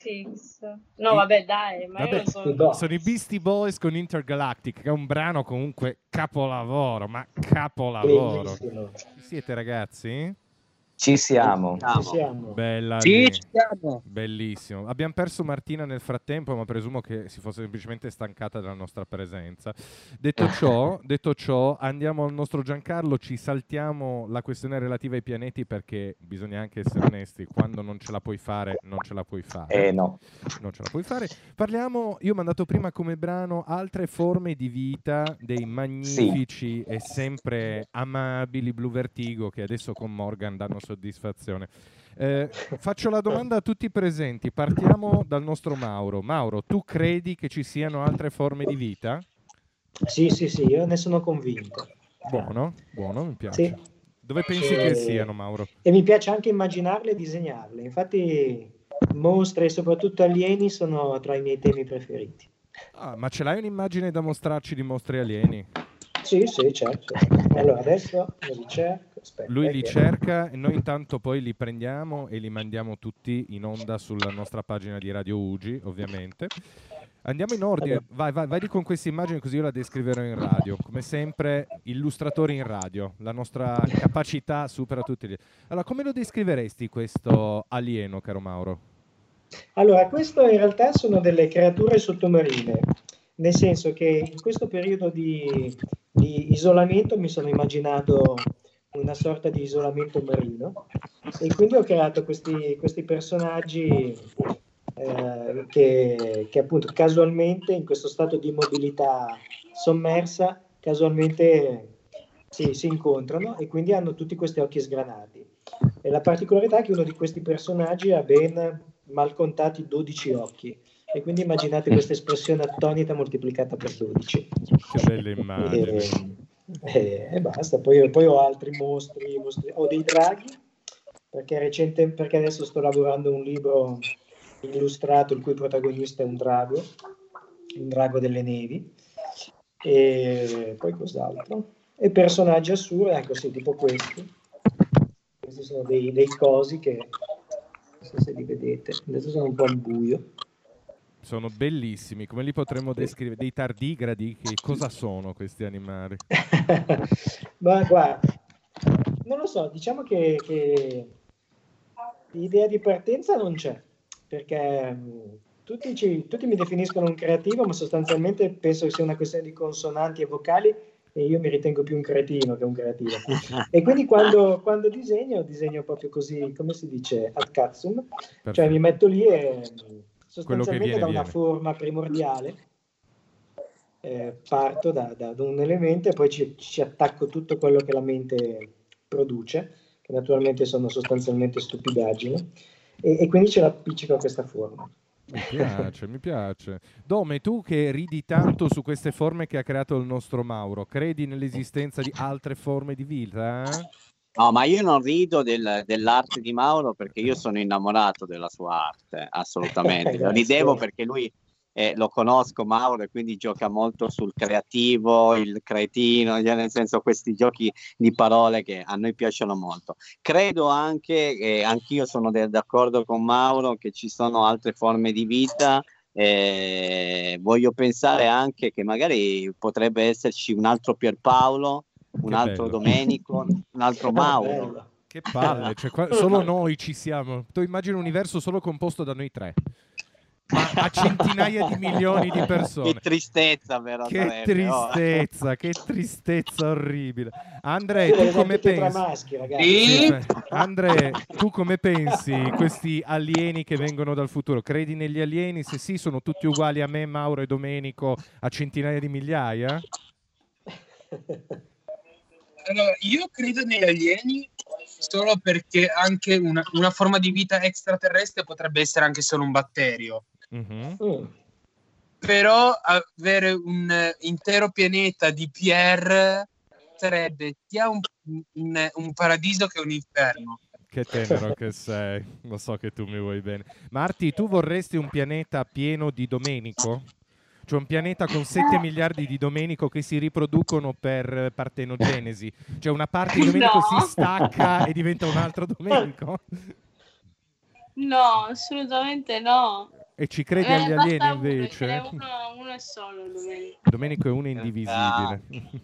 No, vabbè, dai, ma Vabbè, io non so. sono i Beastie Boys con Intergalactic, che è un brano comunque capolavoro, ma capolavoro. Bellissimo. Ci siete ragazzi? Ci siamo. Ci siamo. Bella Sì, lì. ci siamo. Bellissimo. Abbiamo perso Martina nel frattempo, ma presumo che si fosse semplicemente stancata della nostra presenza. Detto ciò, detto ciò, andiamo al nostro Giancarlo, ci saltiamo la questione relativa ai pianeti perché bisogna anche essere onesti, quando non ce la puoi fare, non ce la puoi fare. Eh no. Non ce la puoi fare. Parliamo, io ho mandato prima come brano altre forme di vita dei magnifici e sempre amabili Blue Vertigo che adesso con Morgan danno soddisfazione. Eh, faccio la domanda a tutti i presenti, partiamo dal nostro Mauro. Mauro, tu credi che ci siano altre forme di vita? Sì, sì, sì, io ne sono convinto. Buono, buono, mi piace. Sì. Dove pensi E- che siano, Mauro? E mi piace anche immaginarle e disegnarle. Infatti, mostri e soprattutto alieni sono tra i miei temi preferiti. Ah, ma ce l'hai un'immagine da mostrarci di mostri alieni? Sì, sì, certo. Allora, adesso lo ricerco. Aspetta, Lui eh, li che- cerca e noi intanto poi li prendiamo e li mandiamo tutti in onda sulla nostra pagina di Radio Ugi, ovviamente. Andiamo in ordine, Allora. vai, vai, vai con questa immagine così io la descriverò in radio. Come sempre, illustratori in radio, la nostra capacità supera tutti gli... Allora, come lo descriveresti questo alieno, caro Mauro? Allora, questo in realtà sono delle creature sottomarine, nel senso che in questo periodo di, di isolamento mi sono immaginato una sorta di isolamento marino e quindi ho creato questi, questi personaggi eh, che, che appunto casualmente in questo stato di immobilità sommersa, casualmente si, si incontrano e quindi hanno tutti questi occhi sgranati. E la particolarità è che uno di questi personaggi ha ben mal contati dodici occhi e quindi immaginate questa espressione attonita moltiplicata per dodici. Che belle immagini. E, e, e basta, poi, poi ho altri mostri, mostri, ho dei draghi perché, recente, perché adesso sto lavorando un libro illustrato il cui protagonista è un drago, un drago delle nevi, e poi cos'altro? E personaggi assurdi, ecco sì, tipo questi. Questi sono dei, dei cosi che non so se li vedete, adesso sono un po' al buio. Sono bellissimi, come li potremmo descrivere? Dei tardigradi? Che cosa sono questi animali? Ma guarda, non lo so, diciamo che, che l'idea di partenza non c'è, perché mh, tutti, ci, tutti mi definiscono un creativo, ma sostanzialmente penso che sia una questione di consonanti e vocali e io mi ritengo più un cretino che un creativo. E quindi quando, quando disegno, disegno proprio così, come si dice, ad cazzo, cioè mi metto lì e sostanzialmente viene, da una viene. forma primordiale eh, parto da, da, da un elemento e poi ci, ci attacco tutto quello che la mente produce, che naturalmente sono sostanzialmente stupidaggini, e, e quindi ce l'appiccico a questa forma. Mi piace, mi piace. Dome, tu che ridi tanto su queste forme che ha creato il nostro Mauro, credi nell'esistenza di altre forme di vita? Eh? No, ma io non rido del- dell'arte di Mauro perché io sono innamorato della sua arte, assolutamente. Lo ridevo perché lui eh, lo conosco Mauro e quindi gioca molto sul creativo, il cretino, cioè nel senso questi giochi di parole che a noi piacciono molto. Credo anche, e anch'io sono de- d'accordo con Mauro, che ci sono altre forme di vita. Eh, voglio pensare anche che magari potrebbe esserci un altro Pierpaolo, un Che altro bello. Domenico, un altro Ah, Mauro. bello. Che palle, cioè, qua- solo noi ci siamo. Tu immagini un universo solo composto da noi tre. Ma a centinaia di milioni di persone. Che tristezza però. Che sarebbe, tristezza, oh. che tristezza orribile. Andre, tu come pensi? Maschi, sì, Andre, tu come pensi questi alieni che vengono dal futuro? Credi negli alieni? Se sì, sono tutti uguali a me, Mauro e Domenico, a centinaia di migliaia? Allora, io credo negli alieni solo perché anche una, una forma di vita extraterrestre potrebbe essere anche solo un batterio. Mm-hmm. Mm. Però avere un intero pianeta di Pierre sarebbe sia un, un, un paradiso che un inferno. Che tenero che sei, lo so che tu mi vuoi bene. Marti, tu vorresti un pianeta pieno di Domenico? Cioè un pianeta con sette miliardi di Domenico che si riproducono per partenogenesi. Cioè una parte di Domenico No. si stacca e diventa un altro Domenico? No, assolutamente no. E ci credi Me agli ne alieni basta uno, invece? ce n'è uno, uno è solo Domenico. Domenico è uno indivisibile.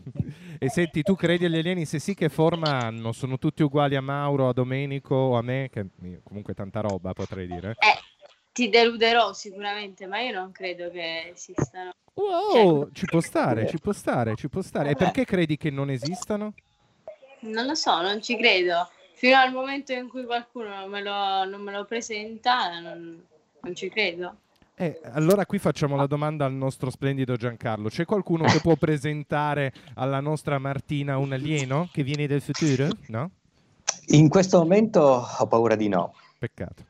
E senti, tu credi agli alieni? Se sì, che forma hanno? Sono tutti uguali a Mauro, a Domenico o a me? Che comunque tanta roba, potrei dire. Eh, ti deluderò sicuramente, ma io non credo che esistano. Wow, Cioè, ci può stare, ci può stare, ci può stare. E perché credi che non esistano? non lo so, non ci credo. Fino al momento in cui qualcuno non me lo, non me lo presenta, non, non ci credo. Eh, allora qui facciamo la domanda al nostro splendido Giancarlo. C'è qualcuno che può presentare alla nostra Martina un alieno che viene del futuro? No? In questo momento ho paura di no. Peccato.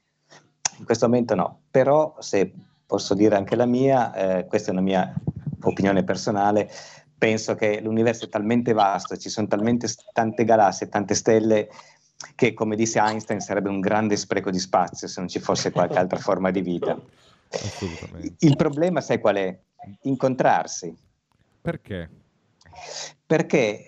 In questo momento no, però se posso dire anche la mia, eh, questa è una mia opinione personale, penso che l'universo è talmente vasto, ci sono talmente tante galassie, tante stelle, che come disse Einstein sarebbe un grande spreco di spazio se non ci fosse qualche altra forma di vita. Assolutamente. Il problema, sai qual è? Incontrarsi. Perché? Perché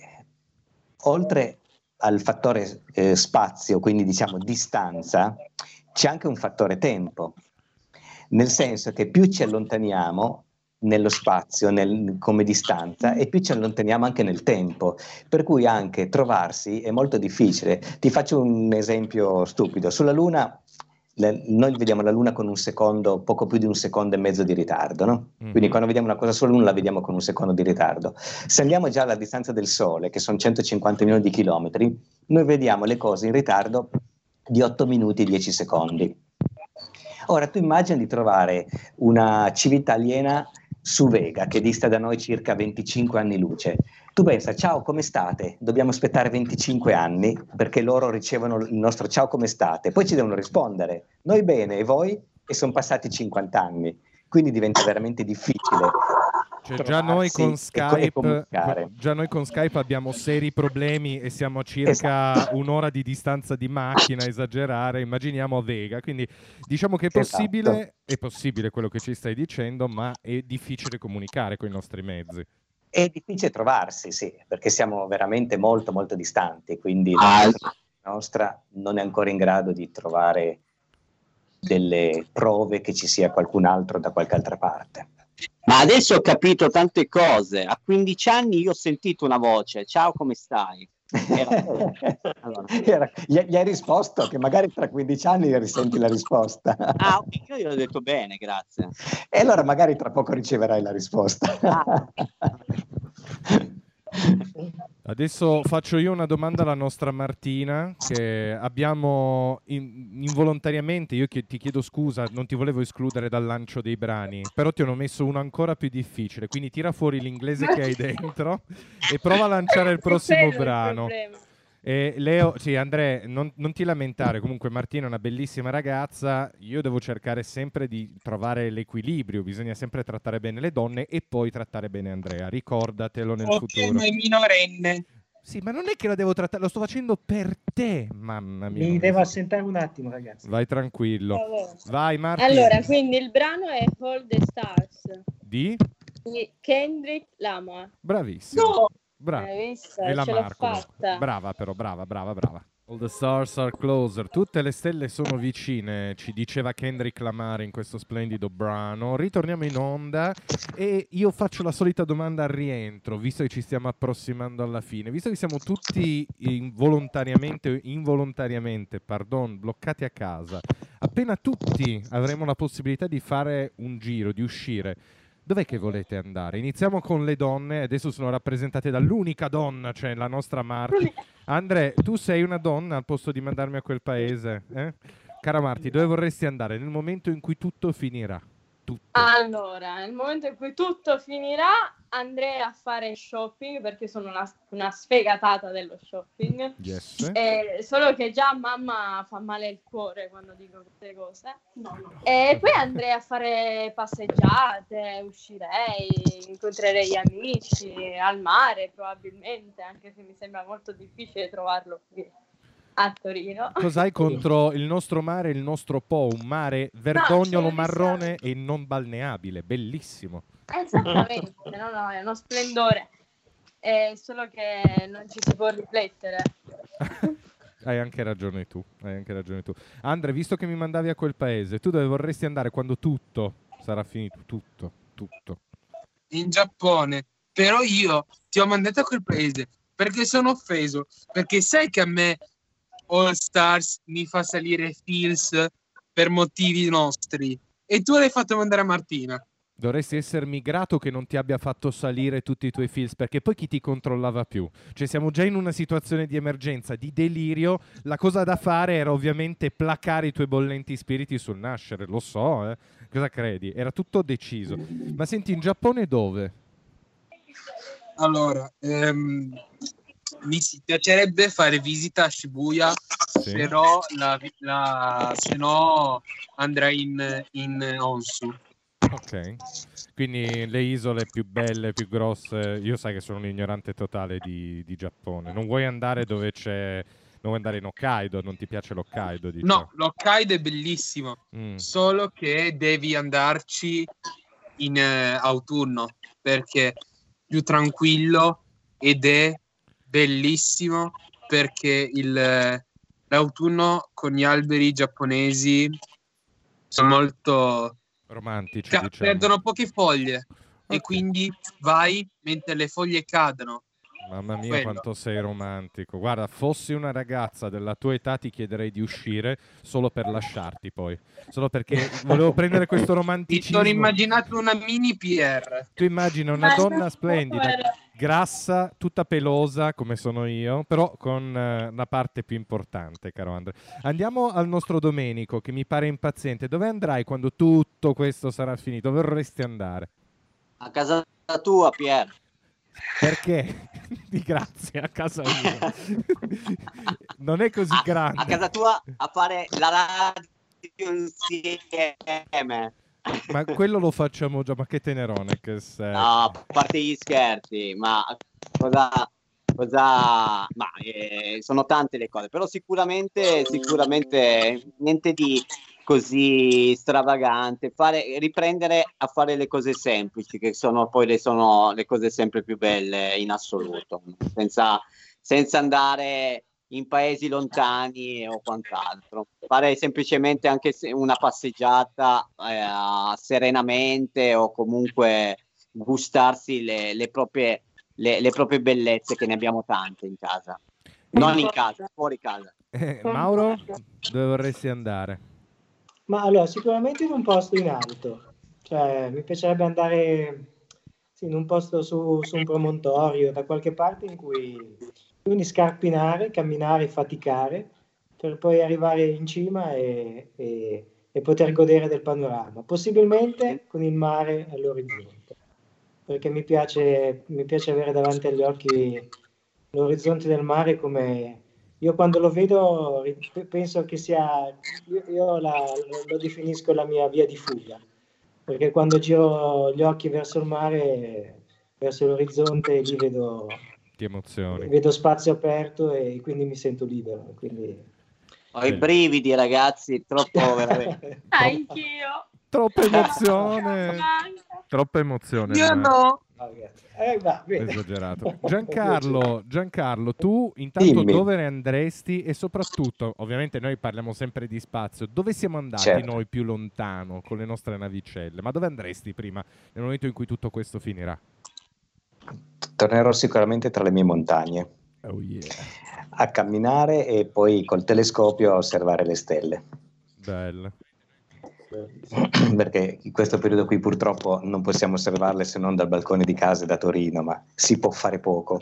oltre al fattore eh, spazio, quindi diciamo distanza, c'è anche un fattore tempo, nel senso che più ci allontaniamo nello spazio, nel, come distanza, e più ci allontaniamo anche nel tempo, per cui anche trovarsi è molto difficile. Ti faccio un esempio stupido. Sulla Luna, le, noi vediamo la Luna con un secondo, poco più di un secondo e mezzo di ritardo, no? Mm. Quindi quando vediamo una cosa sulla Luna la vediamo con un secondo di ritardo. Se andiamo già alla distanza del Sole, che sono centocinquanta milioni di chilometri, noi vediamo le cose in ritardo di otto minuti e dieci secondi. Ora tu immagini di trovare una civiltà aliena su Vega, che dista da noi circa venticinque anni luce. Tu pensa, ciao, come state? Dobbiamo aspettare venticinque anni perché loro ricevono il nostro ciao, come state? Poi ci devono rispondere, noi bene, e voi? E sono passati cinquanta anni. Quindi diventa veramente difficile. Cioè, già noi con Skype già noi con Skype abbiamo seri problemi e siamo a circa esatto. un'ora di distanza di macchina, esagerare, immaginiamo a Vega, quindi diciamo che è possibile, esatto. è possibile quello che ci stai dicendo, ma è difficile comunicare con i nostri mezzi. È difficile trovarsi, sì, perché siamo veramente molto molto distanti, quindi la nostra, nostra non è ancora in grado di trovare delle prove che ci sia qualcun altro da qualche altra parte. Ma adesso ho capito tante cose. A quindici anni io ho sentito una voce, ciao, come stai? Era... allora. Era... Gli, gli hai risposto che magari tra quindici anni risenti la risposta. Ah, ok, io gli ho detto bene, grazie. E allora magari tra poco riceverai la risposta. Ah. Adesso faccio io una domanda alla nostra Martina, che abbiamo in, involontariamente, io ti chiedo scusa, non ti volevo escludere dal lancio dei brani, però ti ho messo uno ancora più difficile, quindi tira fuori l'inglese che hai dentro e prova a lanciare il prossimo brano. E Leo, sì, Andrea, non, non ti lamentare, comunque Martina è una bellissima ragazza, io devo cercare sempre di trovare l'equilibrio, bisogna sempre trattare bene le donne e poi trattare bene Andrea, ricordatelo nel okay, futuro. Ma è minorenne. Sì, ma non è che la devo trattare, lo sto facendo per te, mamma mia. Mi devo assentare un attimo, ragazzi. Vai tranquillo. Allora. Vai Martina. Allora, quindi il brano è Hold the Stars. Di? Di Kendrick Lamar. Bravissimo. No! Brava. Hai visto? E la Ce l'ho Marco. fatta. Brava però, brava, brava, brava. All the stars are closer. Tutte le stelle sono vicine, ci diceva Kendrick Lamar in questo splendido brano. Ritorniamo in onda e io faccio la solita domanda al rientro, visto che ci stiamo approssimando alla fine. Visto che siamo tutti involontariamente, involontariamente, pardon, bloccati a casa, appena tutti avremo la possibilità di fare un giro, di uscire, dov'è che volete andare? Iniziamo con le donne, adesso sono rappresentate dall'unica donna, cioè la nostra Marti. Andre, tu sei una donna al posto di mandarmi a quel paese? Eh? Cara Marti, dove vorresti andare nel momento in cui tutto finirà? Tutto. Allora, nel momento in cui tutto finirà andrei a fare shopping perché sono una, una sfegatata dello shopping. Yes. Eh, solo che già mamma fa male il cuore quando dico queste cose. E poi andrei a fare passeggiate, uscirei, incontrerei gli amici al mare probabilmente, anche se mi sembra molto difficile trovarlo qui a Torino. Cos'hai contro il nostro mare, il nostro Po? Un mare verdognolo, No, marrone e non balneabile, bellissimo. Esattamente, no, no, è uno splendore, è solo che non ci si può riflettere. Hai anche ragione tu, hai anche ragione tu. Andre, visto che mi mandavi a quel paese, tu dove vorresti andare quando tutto sarà finito? Tutto, tutto. In Giappone, però io ti ho mandato a quel paese perché sono offeso, perché sai che a me All Stars mi fa salire feels per motivi nostri e tu l'hai fatto mandare a Martina. Dovresti essermi grato che non ti abbia fatto salire tutti i tuoi feels, perché poi chi ti controllava più? Cioè siamo già in una situazione di emergenza, di delirio, la cosa da fare era ovviamente placare i tuoi bollenti spiriti sul nascere, lo so, eh? Cosa credi? Era tutto deciso. Ma senti, in Giappone dove? Allora, ehm, mi si piacerebbe fare visita a Shibuya, sì. però la, la, se no andrei in, in Onsu. Ok, quindi le isole più belle, più grosse. Io sai che sono un ignorante totale di, di Giappone. Non vuoi andare dove c'è... Non vuoi andare in Hokkaido? Non ti piace l'Hokkaido? Diciamo. No, l'Hokkaido è bellissimo, mm. solo che devi andarci in eh, autunno, perché è più tranquillo ed è bellissimo, perché il, l'autunno con gli alberi giapponesi sono molto... romantici, Ca- diciamo. Perdono poche foglie, okay. E quindi vai mentre le foglie cadono. Mamma mia, Quello. Quanto sei romantico. Guarda, fossi una ragazza della tua età ti chiederei di uscire solo per lasciarti poi. Solo perché volevo prendere questo romanticismo. Mi sono immaginato una mini P R. Tu immagina una donna splendida, grassa, tutta pelosa come sono io, però con uh, la parte più importante, caro Andre. Andiamo al nostro Domenico, che mi pare impaziente. Dove andrai quando tutto questo sarà finito? Dove vorresti andare? A casa tua, Pier. Perché? Di grazie, a casa mia. Non è così a, grande. A casa tua a fare la radio insieme. Ma quello lo facciamo già, ma che tenerone che sei. No, a parte gli scherzi, ma cosa... cosa ma eh, sono tante le cose, però sicuramente sicuramente niente di così stravagante, fare, riprendere a fare le cose semplici, che sono poi le, sono le cose sempre più belle in assoluto, senza, senza andare in paesi lontani o quant'altro, fare semplicemente anche una passeggiata eh, serenamente, o comunque gustarsi le, le proprie Le, le proprie bellezze, che ne abbiamo tante in casa, non in casa, fuori casa. Eh, Mauro, dove vorresti andare? Ma allora, sicuramente in un posto in alto, cioè mi piacerebbe andare sì, in un posto su, su un promontorio, da qualche parte in cui quindi scarpinare, camminare, faticare, per poi arrivare in cima e, e, e poter godere del panorama, possibilmente con il mare all'orizzonte. Perché mi piace, mi piace avere davanti agli occhi l'orizzonte del mare, come io quando lo vedo penso che sia, io, io la, lo definisco la mia via di fuga, perché quando giro gli occhi verso il mare, verso l'orizzonte, lì vedo, Ti emozioni. vedo spazio aperto e quindi mi sento libero. Quindi... Ho i brividi, ragazzi, troppo veramente. Anch'io. Troppa emozione. Troppa emozione. Io no. Eh, va, esagerato. Giancarlo, Giancarlo, tu intanto Dimmi. dove ne andresti e soprattutto, ovviamente noi parliamo sempre di spazio, dove siamo andati Certo. noi più lontano con le nostre navicelle? Ma dove andresti prima, nel momento in cui tutto questo finirà? Tornerò sicuramente tra le mie montagne. Oh yeah. A camminare e poi col telescopio a osservare le stelle. Bello. Perché in questo periodo qui purtroppo non possiamo osservarle se non dal balcone di casa da Torino, ma si può fare poco.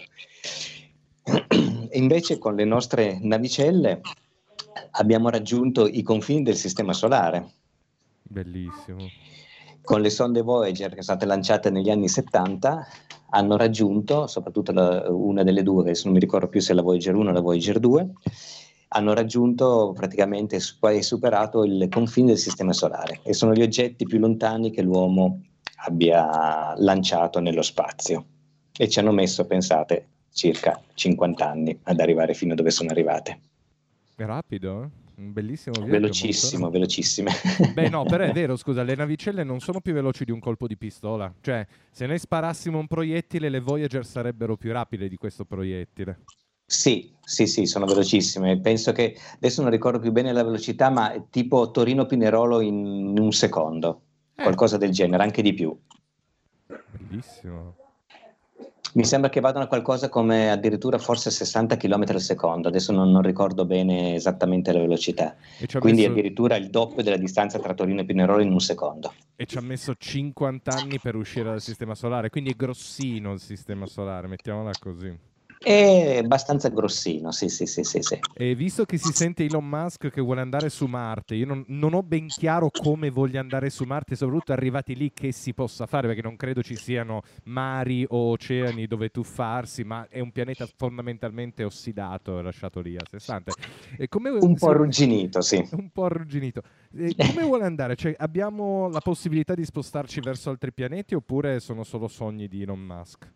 E invece con le nostre navicelle abbiamo raggiunto i confini del sistema solare. Bellissimo. Con le sonde Voyager che sono state lanciate negli anni settanta hanno raggiunto, soprattutto la, una delle due, che non mi ricordo più se è la Voyager uno o la Voyager due, hanno raggiunto praticamente, quasi superato il confine del sistema solare e sono gli oggetti più lontani che l'uomo abbia lanciato nello spazio e ci hanno messo, pensate, circa cinquanta anni ad arrivare fino a dove sono arrivate. È rapido, eh? Un bellissimo viaggio. Velocissimo, molto... velocissime. Beh no, però è vero, scusa, le navicelle non sono più veloci di un colpo di pistola. Cioè, se noi sparassimo un proiettile, le Voyager sarebbero più rapide di questo proiettile. Sì, sì, sì, sono velocissime. Penso che, adesso non ricordo più bene la velocità, ma è tipo Torino-Pinerolo in un secondo. Eh. Qualcosa del genere, anche di più. Bellissimo. Mi sembra che vadano a qualcosa come addirittura forse sessanta chilometri al secondo, adesso non, non ricordo bene esattamente la velocità, quindi messo... addirittura il doppio della distanza tra Torino e Pinerolo in un secondo. E ci ha messo cinquanta anni per uscire dal sistema solare, quindi è grossino il sistema solare, mettiamola così. È abbastanza grossino, sì, sì, sì, sì, sì. E visto che si sente Elon Musk che vuole andare su Marte, io non, non ho ben chiaro come voglia andare su Marte, soprattutto arrivati lì che si possa fare, perché non credo ci siano mari o oceani dove tuffarsi, ma è un pianeta fondamentalmente ossidato, lasciato lì a sé stante. E come, un po' arrugginito, sì. Un po' arrugginito. E come vuole andare? Cioè, abbiamo la possibilità di spostarci verso altri pianeti oppure sono solo sogni di Elon Musk?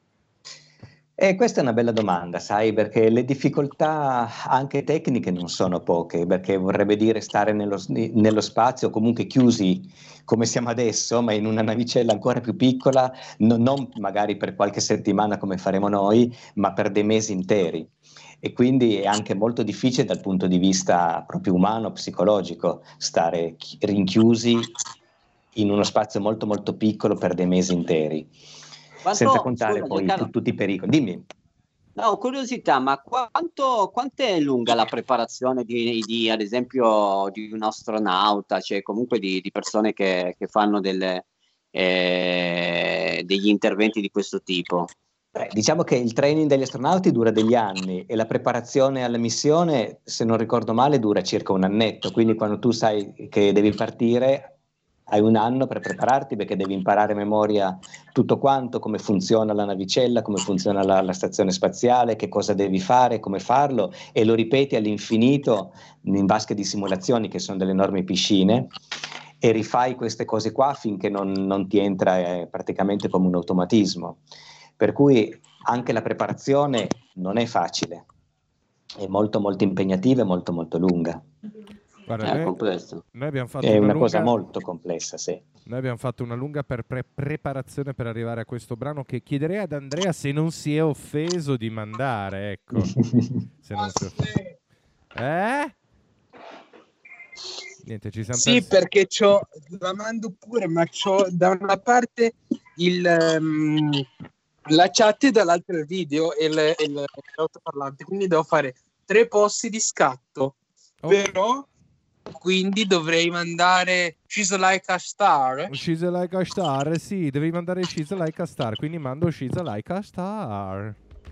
E questa è una bella domanda, sai, perché le difficoltà anche tecniche non sono poche, perché vorrebbe dire stare nello, nello spazio, comunque chiusi come siamo adesso, ma in una navicella ancora più piccola, no, non magari per qualche settimana come faremo noi, ma per dei mesi interi. E quindi è anche molto difficile dal punto di vista proprio umano, psicologico, stare rinchiusi in uno spazio molto molto piccolo per dei mesi interi. Quanto, senza contare scusa, poi tu, tutti i pericoli. Dimmi. No, curiosità, ma quanto, quanto è lunga la preparazione di, di, ad esempio, di un astronauta, cioè comunque di, di persone che, che fanno delle, eh, degli interventi di questo tipo? Beh, diciamo che il training degli astronauti dura degli anni e la preparazione alla missione, se non ricordo male, dura circa un annetto, quindi quando tu sai che devi partire hai un anno per prepararti perché devi imparare a memoria tutto quanto, come funziona la navicella, come funziona la, la stazione spaziale, che cosa devi fare, come farlo, e lo ripeti all'infinito in vasche di simulazioni che sono delle enormi piscine e rifai queste cose qua finché non, non ti entra eh, praticamente come un automatismo. Per cui anche la preparazione non è facile, è molto molto impegnativa e molto molto lunga. Guarda, è noi, complesso. Noi abbiamo fatto è una, una lunga, cosa molto complessa, sì. Noi abbiamo fatto una lunga per pre- preparazione per arrivare a questo brano che chiederei ad Andrea se non si è offeso di mandare, ecco. Se non si è offeso. Eh? Niente, ci siamo Sì, persi. perché c'ho, la mando pure, ma c'ho da una parte il, um, la chat e dall'altra il video e, il, e il, l'autoparlante, quindi devo fare tre posti di scatto. Oh. Però quindi dovrei mandare She's Like a Star. She's Like a Star, sì, devi mandare She's Like a Star, quindi mando She's Like a Star.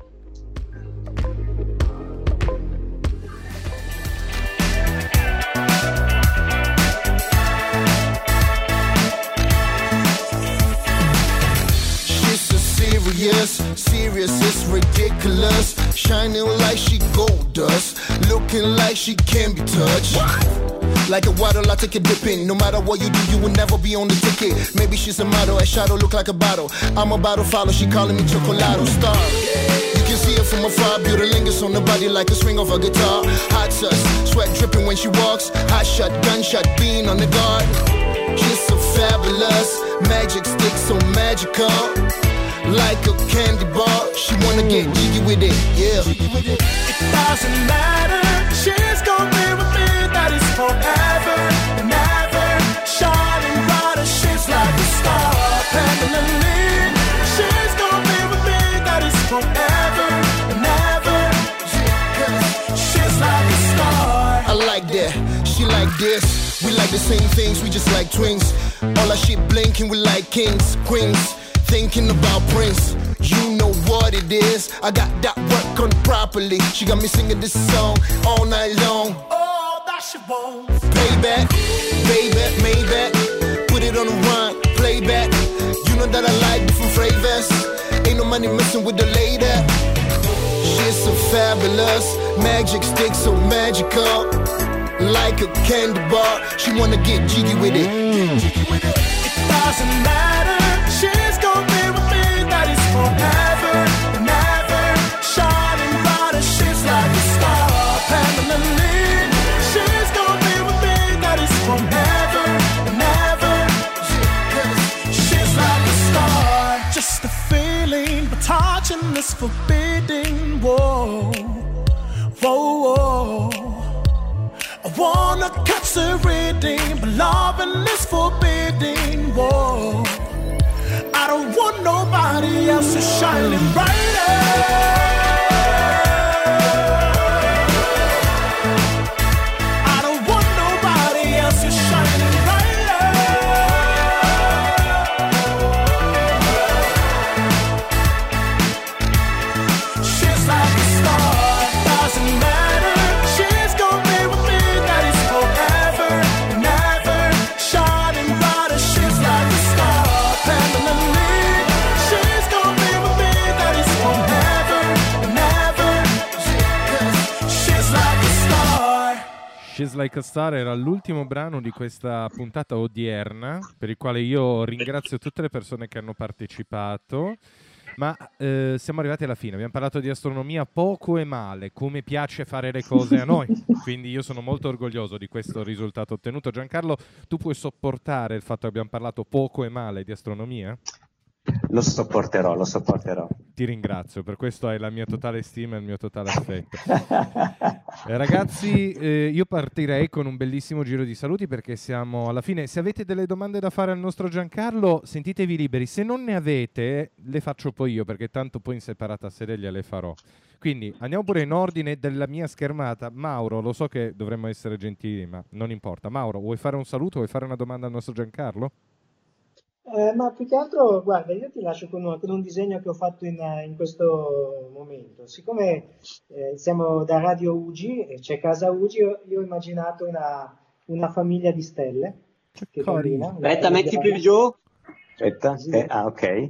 Serious, serious, it's ridiculous. Shining like she gold dust, looking like she can be touched. What? Like a water, I take a dip in. No matter what you do, you will never be on the ticket. Maybe she's a model, a shadow look like a bottle. I'm a bottle follow, she calling me Chocolado Star. You can see her from afar, beauty lingers on the body like a string of a guitar. Hot sauce, sweat dripping when she walks. Hot shot, gunshot, being on the guard. She's so fabulous, magic stick so magical. like a candy bar. She wanna get jiggy with it, yeah. It doesn't matter, she's gonna be with me, that is forever and ever. Shining bright as she's like a star. Permanently, she's gonna be with me, that is forever and ever. She's like a star. I like that, she like this. We like the same things, we just like twins. All our shit blinking, we like kings, queens. Thinking about Prince, you know what it is. I got that work on properly. She got me singing this song all night long. Oh, that she won't. Playback, payback, Maybach. Put it on the run, playback. You know that I like different flavors. Ain't no money messing with the lady. She's so fabulous, magic stick so magical. Like a candy bar, she wanna get jiggy with it. Mm. It doesn't matter, she's gonna be with me, that is forever and ever. Shining bright as she's like a star. Permanently, she's gonna be with me, that is forever and ever. She's like a star. Just a feeling, but touching is forbidding. Whoa, whoa, whoa. I wanna catch the reading, but loving is forbidden. Whoa, I don't want nobody else to shining brighter. I don't want nobody else to shining brighter. She's like a star, doesn't matter. She's gonna be with me. She's Like a Star era l'ultimo brano di questa puntata odierna, per il quale io ringrazio tutte le persone che hanno partecipato. Ma eh, siamo arrivati alla fine, abbiamo parlato di astronomia poco e male, come piace fare le cose a noi, quindi io sono molto orgoglioso di questo risultato ottenuto. Giancarlo, tu puoi sopportare il fatto che abbiamo parlato poco e male di astronomia? Lo sopporterò, lo sopporterò. Ti ringrazio, per questo hai la mia totale stima e il mio totale affetto. eh, ragazzi, eh, io partirei con un bellissimo giro di saluti perché siamo alla fine. Se avete delle domande da fare al nostro Giancarlo, sentitevi liberi. Se non ne avete, le faccio poi io, perché tanto poi in separata sede gliele farò. Quindi andiamo pure in ordine della mia schermata. Mauro, lo so che dovremmo essere gentili, ma non importa. Mauro, vuoi fare un saluto? Vuoi fare una domanda al nostro Giancarlo? Eh, ma più che altro, guarda, io ti lascio con, una, con un disegno che ho fatto in, in questo momento. Siccome eh, siamo da Radio U G e c'è casa U G, io, io ho immaginato una, una famiglia di stelle. Che cammina, Aspetta, metti più giù. Aspetta, sì. eh, ah, ok.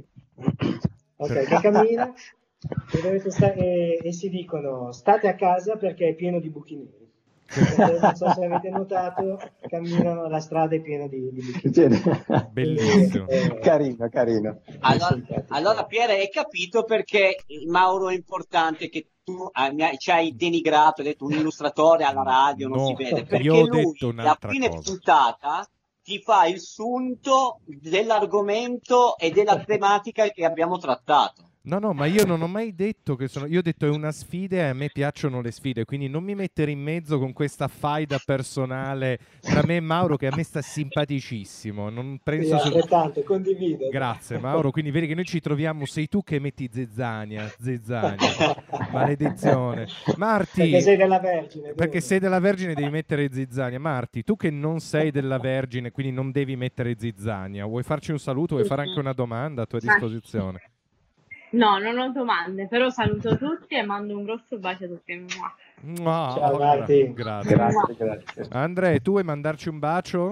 Ok, che cammina e, dovete stare, e, e si dicono state a casa perché è pieno di buchi neri. Non so se avete notato, camminano, la strada è piena di, di buchi. Bellissimo. Eh, carino, carino. Allora, allora Pier, hai capito perché Mauro è importante che tu eh, ci hai denigrato, hai detto un illustratore alla radio, non no, si vede, perché io ho lui detto a fine cosa. puntata ti fa il sunto dell'argomento e della tematica che abbiamo trattato. No, no, ma io non ho mai detto che sono... Io ho detto è una sfida e a me piacciono le sfide, quindi non mi mettere in mezzo con questa faida personale tra me e Mauro, che a me sta simpaticissimo. Non penso... Sì, altrettanto, condivido. Grazie, Mauro. Quindi vedi che noi ci troviamo, sei tu che metti Zezzania, Zezzania. Maledizione. Marti... Perché sei della Vergine. Perché quindi. sei della Vergine devi mettere Zizzania. Marti, tu che non sei della Vergine, quindi non devi mettere Zizzania, vuoi farci un saluto? Vuoi fare anche una domanda a tua disposizione? No, non ho domande, però saluto tutti e mando un grosso bacio a tutti. Oh, Ciao Marti. Grazie. Grazie, grazie. Andrea, tu vuoi mandarci un bacio?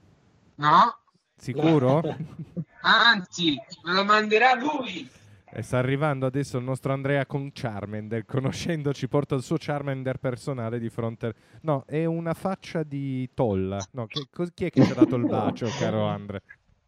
No. Sicuro? Anzi, me lo manderà lui. E sta arrivando adesso il nostro Andrea con Charmander, conoscendoci porta il suo Charmander personale di fronte. No, è una faccia di tolla. No, che, chi è che ci ha dato il bacio, caro Andrea?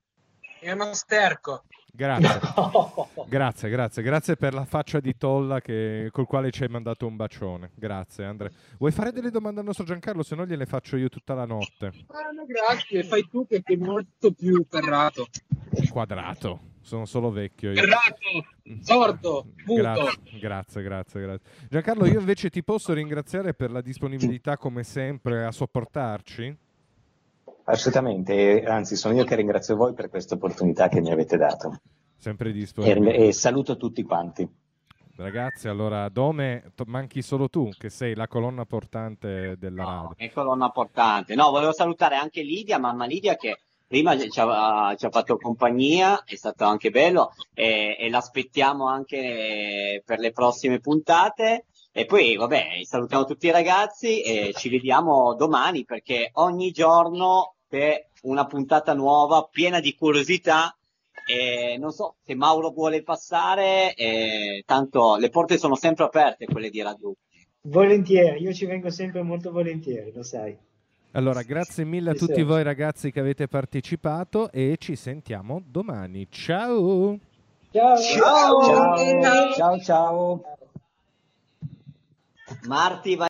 È uno sterco. Grazie. grazie, grazie, grazie per la faccia di tolla che, col quale ci hai mandato un bacione. Grazie, Andrea. Vuoi fare delle domande al nostro Giancarlo? Se no gliele faccio io tutta la notte. Ah, no, grazie, fai tu che sei molto più ferrato. Quadrato. sono solo vecchio. Io. Errato, sordo, muto. Grazie, grazie, grazie, grazie. Giancarlo, io invece ti posso ringraziare per la disponibilità come sempre a sopportarci. Assolutamente, anzi sono io che ringrazio voi per questa opportunità che mi avete dato. Sempre disponibile. E, e saluto tutti quanti. Ragazzi, allora Dome, to- manchi solo tu che sei la colonna portante della No, radio. che colonna portante. No, volevo salutare anche Lidia, mamma Lidia, che prima ci ha, ci ha fatto compagnia, è stato anche bello, e, e l'aspettiamo anche per le prossime puntate. E poi, vabbè, salutiamo tutti i ragazzi e ci vediamo domani, perché ogni giorno c'è una puntata nuova, piena di curiosità. E non so se Mauro vuole passare, eh, tanto le porte sono sempre aperte, quelle di Radio Ugi. Volentieri, io ci vengo sempre molto volentieri, lo sai. Allora, grazie mille a Sì, tutti sì. voi ragazzi che avete partecipato e ci sentiamo domani. Ciao! Ciao! Ciao, ciao, ciao. ciao. Marti, vai.